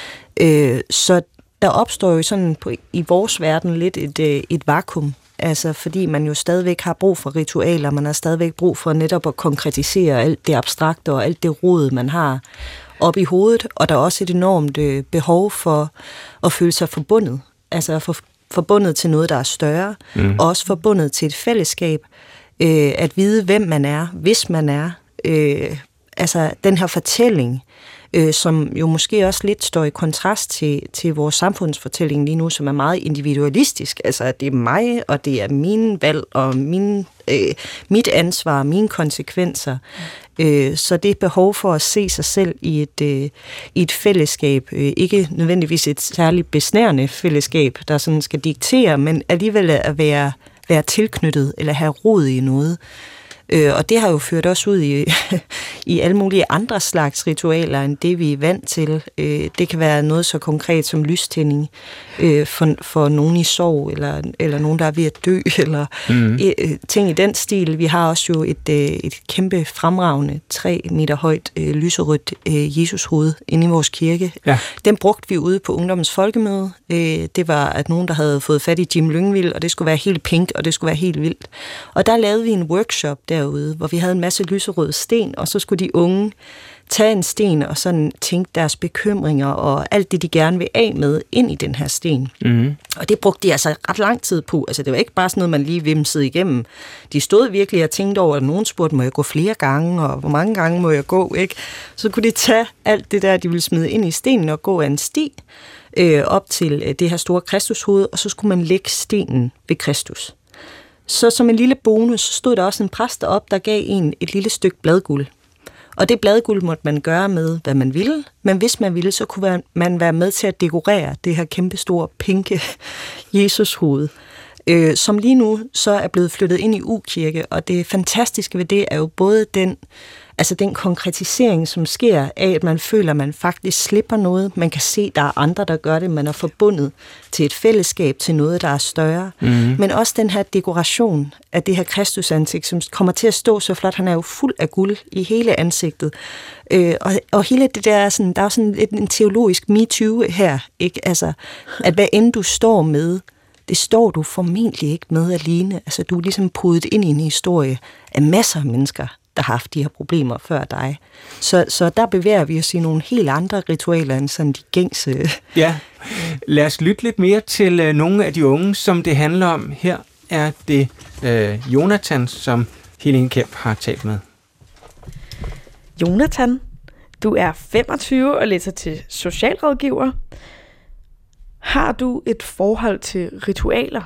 Øh, så der opstår jo sådan på, i vores verden lidt et, et vakuum. Altså, fordi man jo stadigvæk har brug for ritualer, man har stadigvæk brug for netop at konkretisere alt det abstrakte og alt det rod, man har op i hovedet, og der er også et enormt øh, behov for at føle sig forbundet, altså for, forbundet til noget, der er større, mm. og også forbundet til et fællesskab, øh, at vide, hvem man er, hvis man er, øh, altså den her fortælling, Øh, som jo måske også lidt står i kontrast til, til vores samfundsfortælling lige nu, som er meget individualistisk. Altså, at det er mig, og det er mine valg, og min, øh, mit ansvar, og mine konsekvenser. Mm. Øh, så det er et behov for at se sig selv i et, øh, i et fællesskab. Øh, ikke nødvendigvis et særligt besnærende fællesskab, der sådan skal diktere, men alligevel at være, være tilknyttet, eller have rod i noget. Øh, og det har jo ført os ud i, i alle mulige andre slags ritualer, end det vi er vant til. Øh, det kan være noget så konkret som lystænding øh, for, for nogen i sorg, eller, eller nogen, der er ved at dø, eller mm. øh, ting i den stil. Vi har også jo et, øh, et kæmpe fremragende, tre meter højt, øh, lyserødt øh, Jesushoved inde i vores kirke. Ja. Den brugte vi ude på Ungdommens Folkemøde. Øh, det var, at nogen, der havde fået fat i Jim Lyngvild, og det skulle være helt pink, og det skulle være helt vildt. Og der lavede vi en workshop derude, hvor vi havde en masse lyserøde sten, og så skulle de unge tage en sten og sådan tænke deres bekymringer og alt det, de gerne vil af med, ind i den her sten. Mm. Og det brugte de altså ret lang tid på. Altså, det var ikke bare sådan noget, man lige vimsede igennem. De stod virkelig og tænkte over, at nogen spurgte, må jeg gå flere gange, og hvor mange gange må jeg gå, ikke? Så kunne de tage alt det der, de ville smide ind i stenen og gå af en sti øh, op til det her store Kristushoved, og så skulle man lægge stenen ved Kristus. Så som en lille bonus, så stod der også en præst derop, der gav en et lille stykke bladguld. Og det bladguld måtte man gøre med, hvad man ville, men hvis man ville, så kunne man være med til at dekorere det her kæmpestore, pinke Jesushoved. øh, som lige nu så er blevet flyttet ind i U-kirke, og det fantastiske ved det er jo både den, altså den konkretisering, som sker af, at man føler, at man faktisk slipper noget. Man kan se, at der er andre, der gør det. Man er forbundet til et fællesskab, til noget, der er større. Mm-hmm. Men også den her dekoration af det her Kristusansigt, som kommer til at stå så flot. Han er jo fuld af guld i hele ansigtet. Øh, og, og hele det der, sådan, der er sådan lidt en teologisk MeToo her, ikke? Altså, at hvad end du står med, det står du formentlig ikke med alene. Altså, du er ligesom pudet ind i en historie af masser af mennesker, der har haft de her problemer før dig. Så, så der bevæger vi os i nogle helt andre ritualer end sådan de gængse. Ja, lad os lytte lidt mere til øh, nogle af de unge, som det handler om. Her er det øh, Jonathan, som Helene Kemp har talt med. Jonathan, du er femogtyve og læser til socialrådgiver. Har du et forhold til ritualer?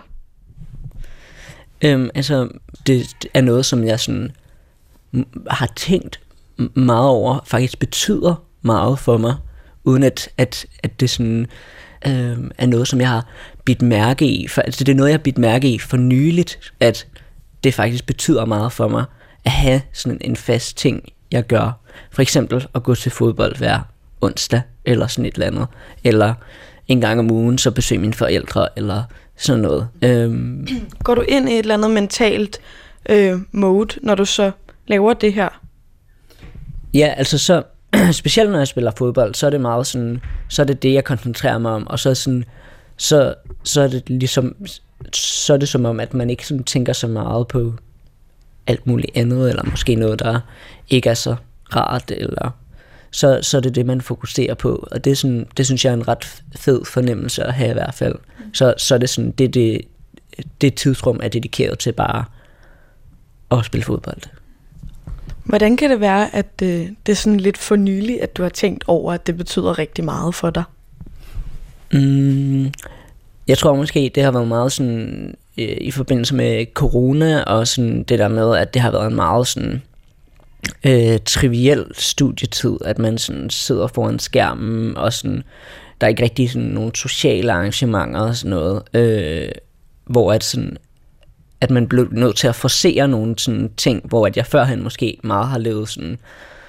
Øhm, altså, det er noget, som jeg sådan har tænkt meget over, faktisk betyder meget for mig, uden at, at, at det sådan, øh, er noget, som jeg har bidt mærke i. For, altså det er noget, jeg har bidt mærke i for nyligt, at det faktisk betyder meget for mig, at have sådan en fast ting, jeg gør. For eksempel at gå til fodbold hver onsdag, eller sådan et eller andet. Eller en gang om ugen, så besøge mine forældre, eller sådan noget. Øhm. Går du ind i et eller andet mentalt øh, mode, når du så laver det her? Ja, altså så, specielt når jeg spiller fodbold, så er det meget sådan, så er det det, jeg koncentrerer mig om, og så er sådan, så, så er det ligesom, så er det som om, at man ikke sådan tænker så meget på alt muligt andet, eller måske noget, der ikke er så rart, eller så, så er det det, man fokuserer på, og det, er sådan, det synes jeg er en ret fed fornemmelse at have i hvert fald. Så, så er det sådan, det, det, det tidsrum er dedikeret til bare at spille fodbold. Hvordan kan det være, at øh, det er sådan lidt for nylig, at du har tænkt over, at det betyder rigtig meget for dig? Mm, jeg tror måske, det har været meget sådan øh, i forbindelse med corona, og sådan det der med, at det har været en meget sådan øh, triviel studietid, at man sådan sidder foran skærmen, og sådan, der er ikke rigtig sådan nogle sociale arrangementer og sådan noget, øh, hvor at sådan at man blev nødt til at forsere nogle sådan ting, hvor at jeg førhen måske meget har levet sådan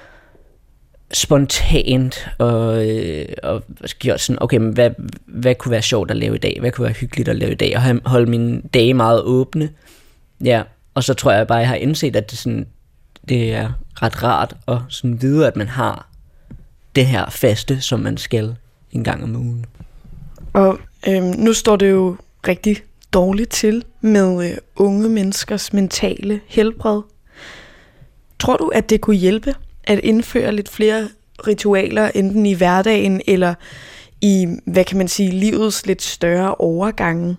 spontant og, øh, og gjort sådan, okay, men hvad, hvad kunne være sjovt at lave i dag? Hvad kunne være hyggeligt at lave i dag? Og holde mine dage meget åbne. Ja, og så tror jeg bare, jeg har indset, at det, sådan, det er ret rart at sådan vide, at man har det her faste, som man skal en gang om ugen. Og øh, nu står det jo rigtig dårligt til med øh, unge menneskers mentale helbred. Tror du, at det kunne hjælpe at indføre lidt flere ritualer, enten i hverdagen eller i, hvad kan man sige, livets lidt større overgange?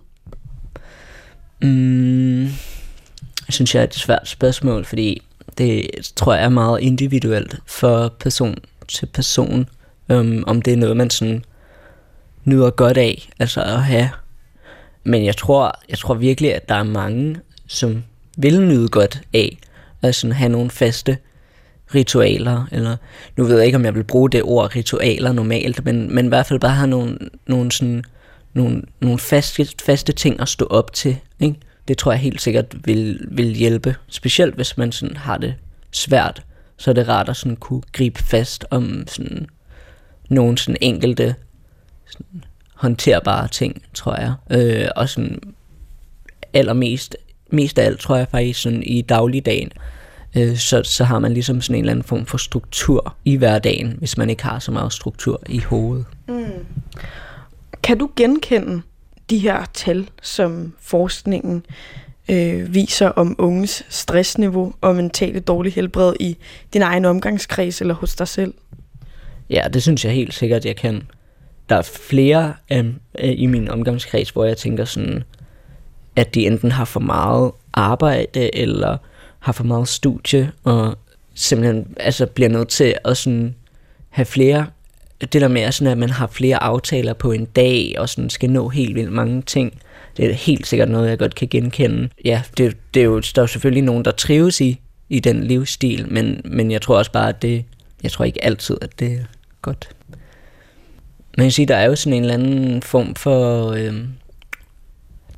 Mm, jeg synes, jeg er et svært spørgsmål, fordi det tror jeg er meget individuelt for person til person, um, om det er noget, man sådan nyder godt af, altså at have. Men jeg tror, jeg tror virkelig, at der er mange, som vil nyde godt af at sådan have nogle faste ritualer, eller nu ved jeg ikke, om jeg vil bruge det ord ritualer normalt, men, men i hvert fald bare have nogle, nogle, sådan, nogle, nogle faste, faste ting at stå op til, ikke? Det tror jeg helt sikkert vil, vil hjælpe, specielt hvis man sådan har det svært, så er det rart at sådan kunne gribe fast om sådan nogle sådan enkelte sådan håndterbare ting, tror jeg. Øh, og sådan allermest mest af alt, tror jeg faktisk sådan i dagligdagen, øh, så, så har man ligesom sådan en eller anden form for struktur i hverdagen, hvis man ikke har så meget struktur i hovedet. Mm. Kan du genkende de her tal, som forskningen øh, viser om unges stressniveau og mentale dårlig helbred i din egen omgangskreds eller hos dig selv? Ja, det synes jeg helt sikkert, jeg kan. Der er flere øh, i min omgangskreds, hvor jeg tænker sådan, at de enten har for meget arbejde, eller har for meget studie, og simpelthen altså, bliver nødt til at sådan, have flere, det der med, sådan, at man har flere aftaler på en dag, og sådan, skal nå helt vildt mange ting. Det er helt sikkert noget, jeg godt kan genkende. Ja, det, det er jo, der er jo selvfølgelig nogen, der trives i, i den livsstil, men, men jeg tror også bare, at det, jeg tror ikke altid, at det er godt. Man kan sige, der er jo sådan en eller anden form for, øh,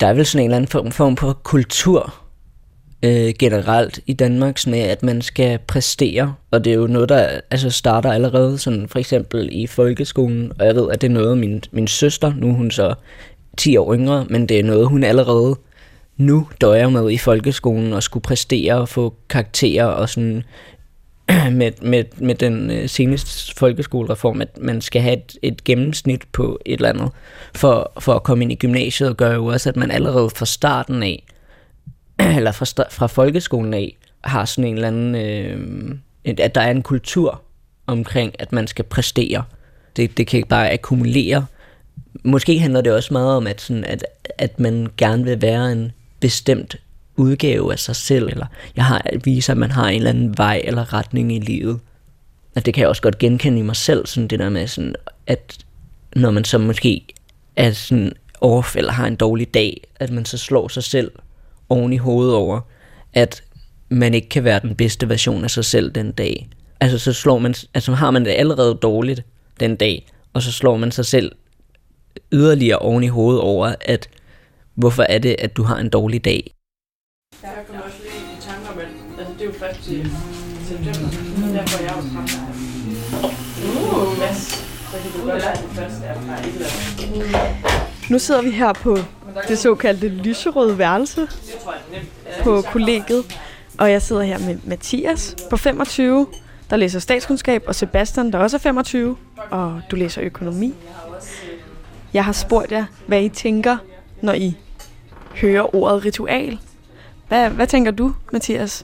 der er vel sådan en eller anden form, form for kultur øh, generelt i Danmark, sådan at man skal præstere, og det er jo noget, der altså starter allerede sådan for eksempel i folkeskolen, og jeg ved, at det er noget, min, min søster, nu er hun så ti år yngre, men det er noget, hun allerede nu døjer med i folkeskolen, og skulle præstere og få karakterer og sådan med, med, med den øh, seneste folkeskolereform, at man skal have et, et gennemsnit på et eller andet for, for at komme ind i gymnasiet, og gør jo også, at man allerede fra starten af, eller fra, fra folkeskolen af, har sådan en eller anden, øh, at der er en kultur omkring, at man skal præstere. Det, det kan ikke bare akkumulere. Måske handler det også meget om, at, sådan, at, at man gerne vil være en bestemt udgave af sig selv, eller jeg har viser, at man har en eller anden vej eller retning i livet. At det kan jeg også godt genkende i mig selv, sådan det der med, sådan, at når man så måske er sådan off, eller har en dårlig dag, at man så slår sig selv oven i hovedet over, at man ikke kan være den bedste version af sig selv den dag. Altså så slår man, altså har man det allerede dårligt den dag, og så slår man sig selv yderligere oven i hovedet over, at hvorfor er det, at du har en dårlig dag? Jeg kommer også lidt i tanke om, at altså, det er jo først til september, derfor er jeg også ham der. Uh, Mads, så kan du godt lade den første af mig et eller andet. Nu sidder vi her på det såkaldte lyserøde værelse på kollegiet, og jeg sidder her med Mathias på femogtyve, der læser statskundskab, og Sebastian, der også er femogtyve, og du læser økonomi. Jeg har spurgt jer, hvad I tænker, når I hører ordet ritual. Hvad, hvad tænker du, Mathias?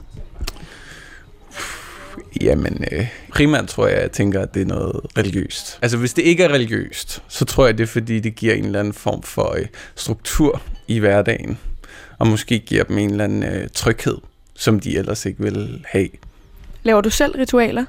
Jamen, øh, primært tror jeg, at jeg tænker, at det er noget religiøst. Altså, hvis det ikke er religiøst, så tror jeg, det er, fordi det giver en eller anden form for øh, struktur i hverdagen, og måske giver dem en eller anden øh, tryghed, som de ellers ikke vil have. Laver du selv ritualer?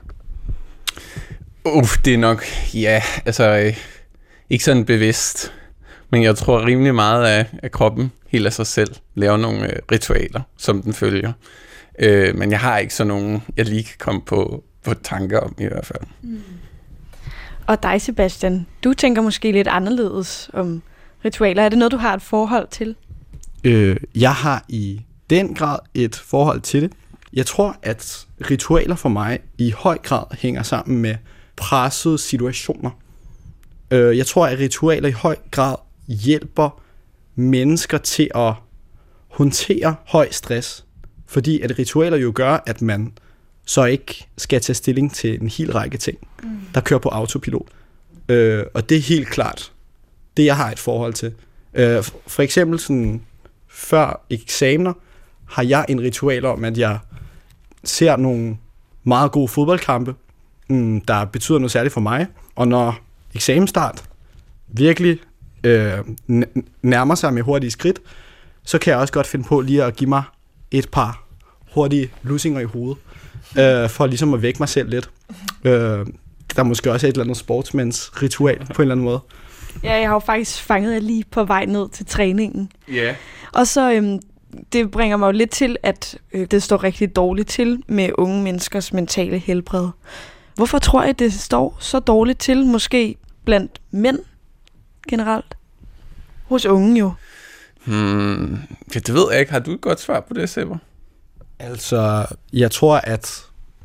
Uff, det er nok, ja, altså, øh, ikke sådan bevidst, men jeg tror rimelig meget af, af kroppen helt af sig selv laver nogle øh, ritualer, som den følger. Øh, men jeg har ikke sådan nogen, jeg lige kan komme på, på tanker om i hvert fald. Mm. Og dig, Sebastian, du tænker måske lidt anderledes om ritualer. Er det noget, du har et forhold til? Øh, jeg har i den grad et forhold til det. Jeg tror, at ritualer for mig i høj grad hænger sammen med pressede situationer. Øh, jeg tror, at ritualer i høj grad hjælper mennesker til at håndtere høj stress. Fordi at ritualer jo gør, at man så ikke skal tage stilling til en hel række ting, mm. der kører på autopilot. Øh, og det er helt klart det, jeg har et forhold til. Øh, for eksempel sådan, før eksamener har jeg en ritual om, at jeg ser nogle meget gode fodboldkampe, mm, der betyder noget særligt for mig. Og når eksamensstart virkelig øh, nærmer sig med hurtige skridt, så kan jeg også godt finde på lige at give mig et par hurtige lussinger i hovedet, øh, for ligesom at vække mig selv lidt. Øh, der er måske også et eller andet sportsmænds ritual på en eller anden måde. Ja, jeg har jo faktisk fanget jer lige på vej ned til træningen. Ja. Yeah. Og så, øhm, det bringer mig jo lidt til, at øh, det står rigtig dårligt til med unge menneskers mentale helbred. Hvorfor tror jeg, det står så dårligt til, måske blandt mænd generelt? Hos unge jo. Hmm, ja, det ved jeg ikke. Har du et godt svar på det, Sebber? Altså, jeg tror, at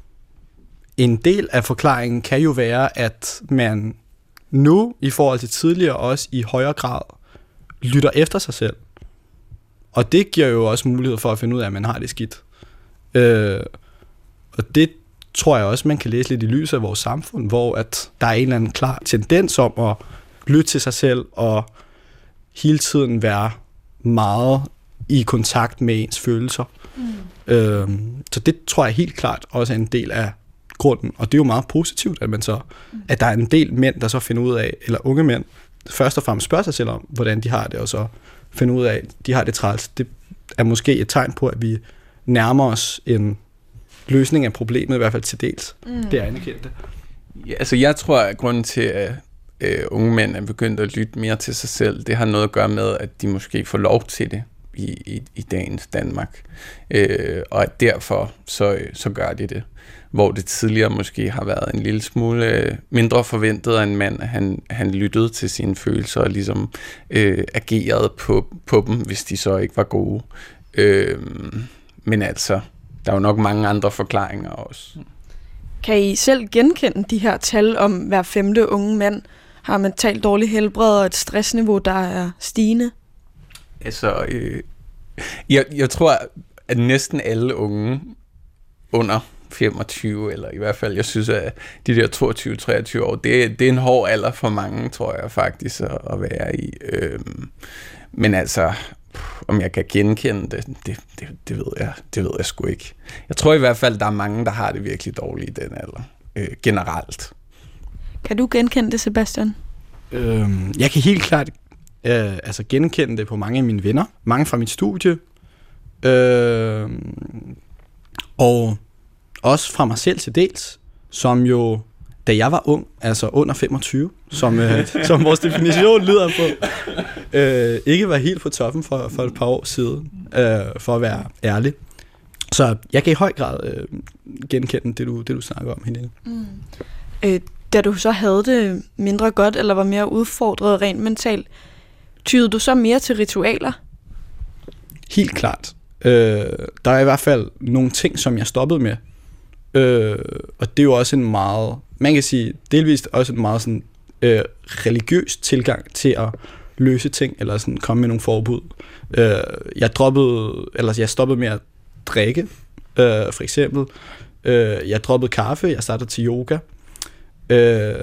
en del af forklaringen kan jo være, at man nu, i forhold til tidligere, også i højere grad lytter efter sig selv. Og det giver jo også mulighed for at finde ud af, at man har det skidt. Øh, og det tror jeg også, man kan læse lidt i lyset af vores samfund, hvor at der er en eller anden klar tendens om at lytte til sig selv og hele tiden være meget i kontakt med ens følelser. Mm. Øhm, så det tror jeg helt klart også er en del af grunden, og det er jo meget positivt, at man så, mm. at der er en del mænd, der så finder ud af, eller unge mænd, først og fremmest spørger sig selv om, hvordan de har det, og så finder ud af, at de har det træls. Det er måske et tegn på, at vi nærmer os en løsning af problemet, i hvert fald til dels. Mm. Det er anerkendt. Ja, altså jeg tror, at grunden til, at øh, unge mænd er begyndt at lytte mere til sig selv, det har noget at gøre med, at de måske får lov til det i, i, i dagens Danmark. Øh, og at derfor så, så gør de det. Hvor det tidligere måske har været en lille smule øh, mindre forventet af en mand, at han, han lyttede til sine følelser og ligesom øh, agerede på, på dem, hvis de så ikke var gode. Øh, men altså, der er jo nok mange andre forklaringer også. Kan I selv genkende de her tal om hver femte unge mand har mentalt dårlig helbred og et stressniveau, der er stigende? Altså, øh, jeg, jeg tror, at næsten alle unge under femogtyve, eller i hvert fald, jeg synes, at de der toogtyve til treogtyve år, det, det er en hård alder for mange, tror jeg faktisk, at, at være i. Øhm, men altså, om jeg kan genkende det, det, det, det, ved jeg, det ved jeg sgu ikke. Jeg tror i hvert fald, der er mange, der har det virkelig dårligt i den alder, øh, generelt. Kan du genkende det, Sebastian? Øhm, jeg kan helt klart øh, altså genkende det på mange af mine venner, mange fra mit studie, øh, og også fra mig selv til dels, som jo, da jeg var ung, altså under femogtyve, som, øh, som vores definition lyder på, øh, ikke var helt på toppen for, for et par år siden, øh, for at være ærlig. Så jeg kan i høj grad øh, genkende det, du, det, du snakker om, Helene. Mm. Øh, da du så havde det mindre godt, eller var mere udfordret rent mentalt, tydede du så mere til ritualer? Helt klart. Øh, der er i hvert fald nogle ting, som jeg stoppede med. Øh, og det er jo også en meget, man kan sige, delvist også en meget sådan, øh, religiøs tilgang til at løse ting, eller sådan komme med nogle forbud. Øh, jeg droppede, eller jeg stoppede med at drikke, øh, for eksempel. Øh, jeg droppede kaffe, jeg startede til yoga. Øh,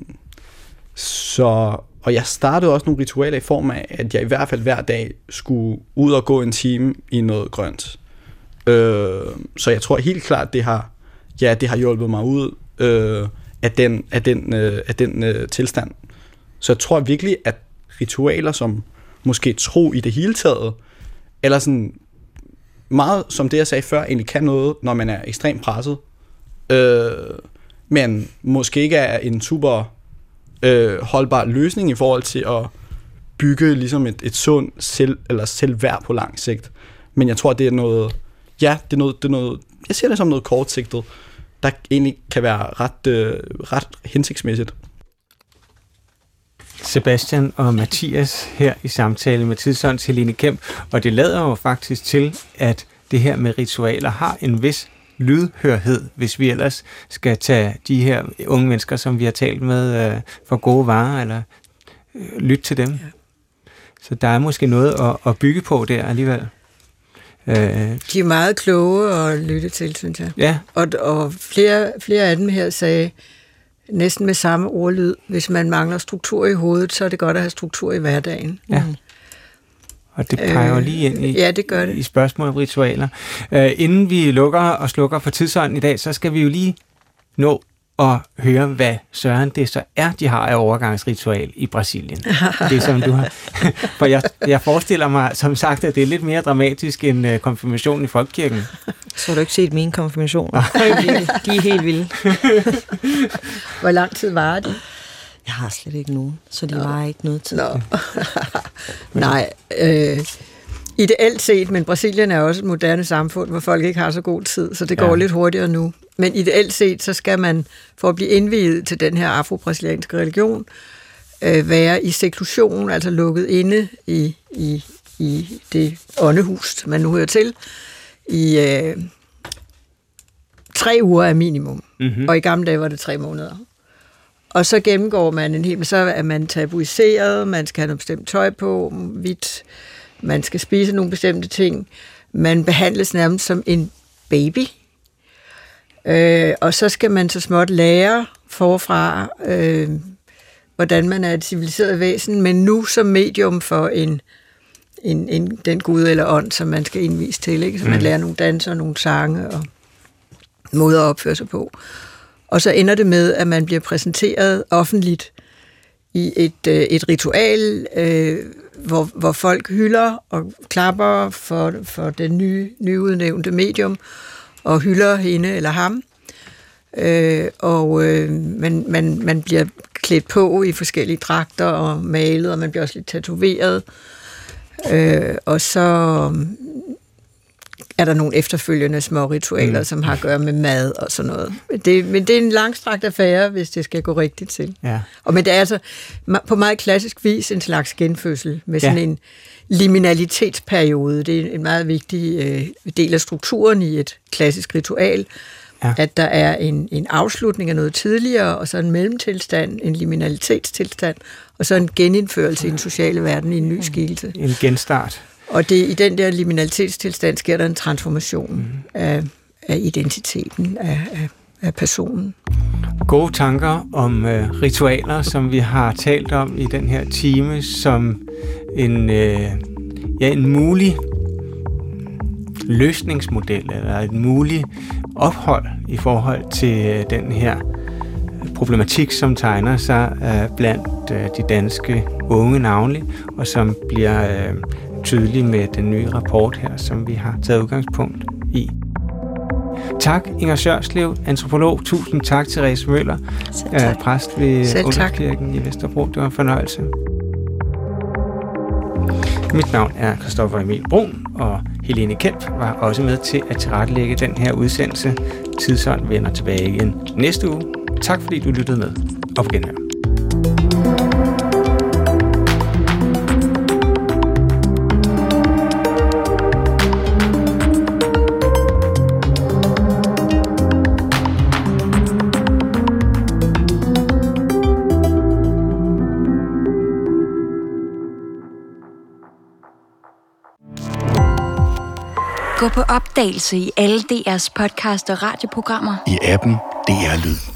så, og jeg startede også nogle ritualer i form af, at jeg i hvert fald hver dag skulle ud og gå en time i noget grønt. Øh, så jeg tror helt klart, det har Ja, det har hjulpet mig ud øh, af den, af den, øh, af den øh, tilstand. Så jeg tror virkelig, at ritualer, som måske tro i det hele taget, eller sådan meget, som det jeg sagde før, egentlig kan noget, når man er ekstremt presset, øh, men måske ikke er en super øh, holdbar løsning i forhold til at bygge ligesom et, et sundt selv, eller selvværd på lang sigt. Men jeg tror, det er noget, ja, det er noget, det er noget jeg ser det som noget kortsigtet, der egentlig kan være ret, øh, ret hensigtsmæssigt. Sebastian og Mathias her i samtale med Tidsånds Helene Kemp, og det lader jo faktisk til, at det her med ritualer har en vis lydhørhed, hvis vi ellers skal tage de her unge mennesker, som vi har talt med, øh, for gode varer, eller øh, lytte til dem. Ja. Så der er måske noget at, at bygge på der alligevel. De er meget kloge at lytte til, synes jeg. Ja. Og, og flere, flere af dem her sagde næsten med samme ordlyd, hvis man mangler struktur i hovedet, så er det godt at have struktur i hverdagen. Ja. Og det peger jo lige ind i, ja, det gør det. i spørgsmål om ritualer. Uh, inden vi lukker og slukker for Tidsånden i dag, så skal vi jo lige nå at høre, hvad Søren det så er, de har af overgangsritual i Brasilien. Det som du har. For jeg, jeg forestiller mig, som sagt, at det er lidt mere dramatisk end uh, konfirmationen i folkekirken. Så har du ikke set mine konfirmationer. De er helt vilde. Hvor lang tid varer de? Jeg har slet ikke nogen, så de varer ikke noget tid. Nej, øh, ideelt set, men Brasilien er også et moderne samfund, hvor folk ikke har så god tid, så det går ja. lidt hurtigere nu. Men ideelt set, så skal man, for at blive indviet til den her afro-brasilianske religion, øh, være i seklusion, altså lukket inde i, i, i det åndehus, man nu hører til, i øh, tre uger af minimum. Mm-hmm. Og i gamle dage var det tre måneder. Og så gennemgår man en hel, så er man tabuiseret, man skal have noget bestemt tøj på, hvidt, man skal spise nogle bestemte ting, man behandles nærmest som en baby, øh, og så skal man så småt lære forfra, øh, hvordan man er et civiliseret væsen, men nu som medium for en, en, en, den gud eller ånd, som man skal indvise til, ikke? Så man lærer nogle danser, nogle sange og måder at opføre sig på. Og så ender det med, at man bliver præsenteret offentligt i et, øh, et ritual, øh, hvor, hvor folk hylder og klapper for, for den nye, nyudnævnte medium, og hylder hende eller ham. Øh, og øh, man, man, man bliver klædt på i forskellige dragter og malet, og man bliver også lidt tatoveret. Øh, og så er der nogle efterfølgende små ritualer, mm. som har at gøre med mad og sådan noget. Det, men det er en langstrakt affære, hvis det skal gå rigtigt til. Ja. Og men det er altså på meget klassisk vis en slags genfødsel med sådan ja. en liminalitetsperiode. Det er en meget vigtig øh, del af strukturen i et klassisk ritual, ja. at der er en, en afslutning af noget tidligere, og så en mellemtilstand, en liminalitetstilstand, og så en genindførelse i den sociale verden i en ny skikkelse. En genstart. Og det, i den der liminalitetstilstand sker der en transformation mm. af, af identiteten, af, af, af personen. Gode tanker om øh, ritualer, som vi har talt om i den her time, som en, øh, ja, en mulig løsningsmodel, eller et muligt ophold i forhold til øh, den her problematik, som tegner sig øh, blandt øh, de danske unge navnlig, og som bliver øh, tydelig med den nye rapport her, som vi har taget udgangspunkt i. Tak, Inger Sørslev, antropolog. Tusind tak, Therese Møller, øh, præst ved Ungdomskirken i Vesterbro. Det var en fornøjelse. Mit navn er Christoffer Emil Brun, og Helene Kemp var også med til at tilrettelægge den her udsendelse. Tidsånd vender tilbage igen næste uge. Tak fordi du lyttede med, og på genhør. Gå på opdagelse i alle D R's podcast og radioprogrammer. I appen D R Lyd.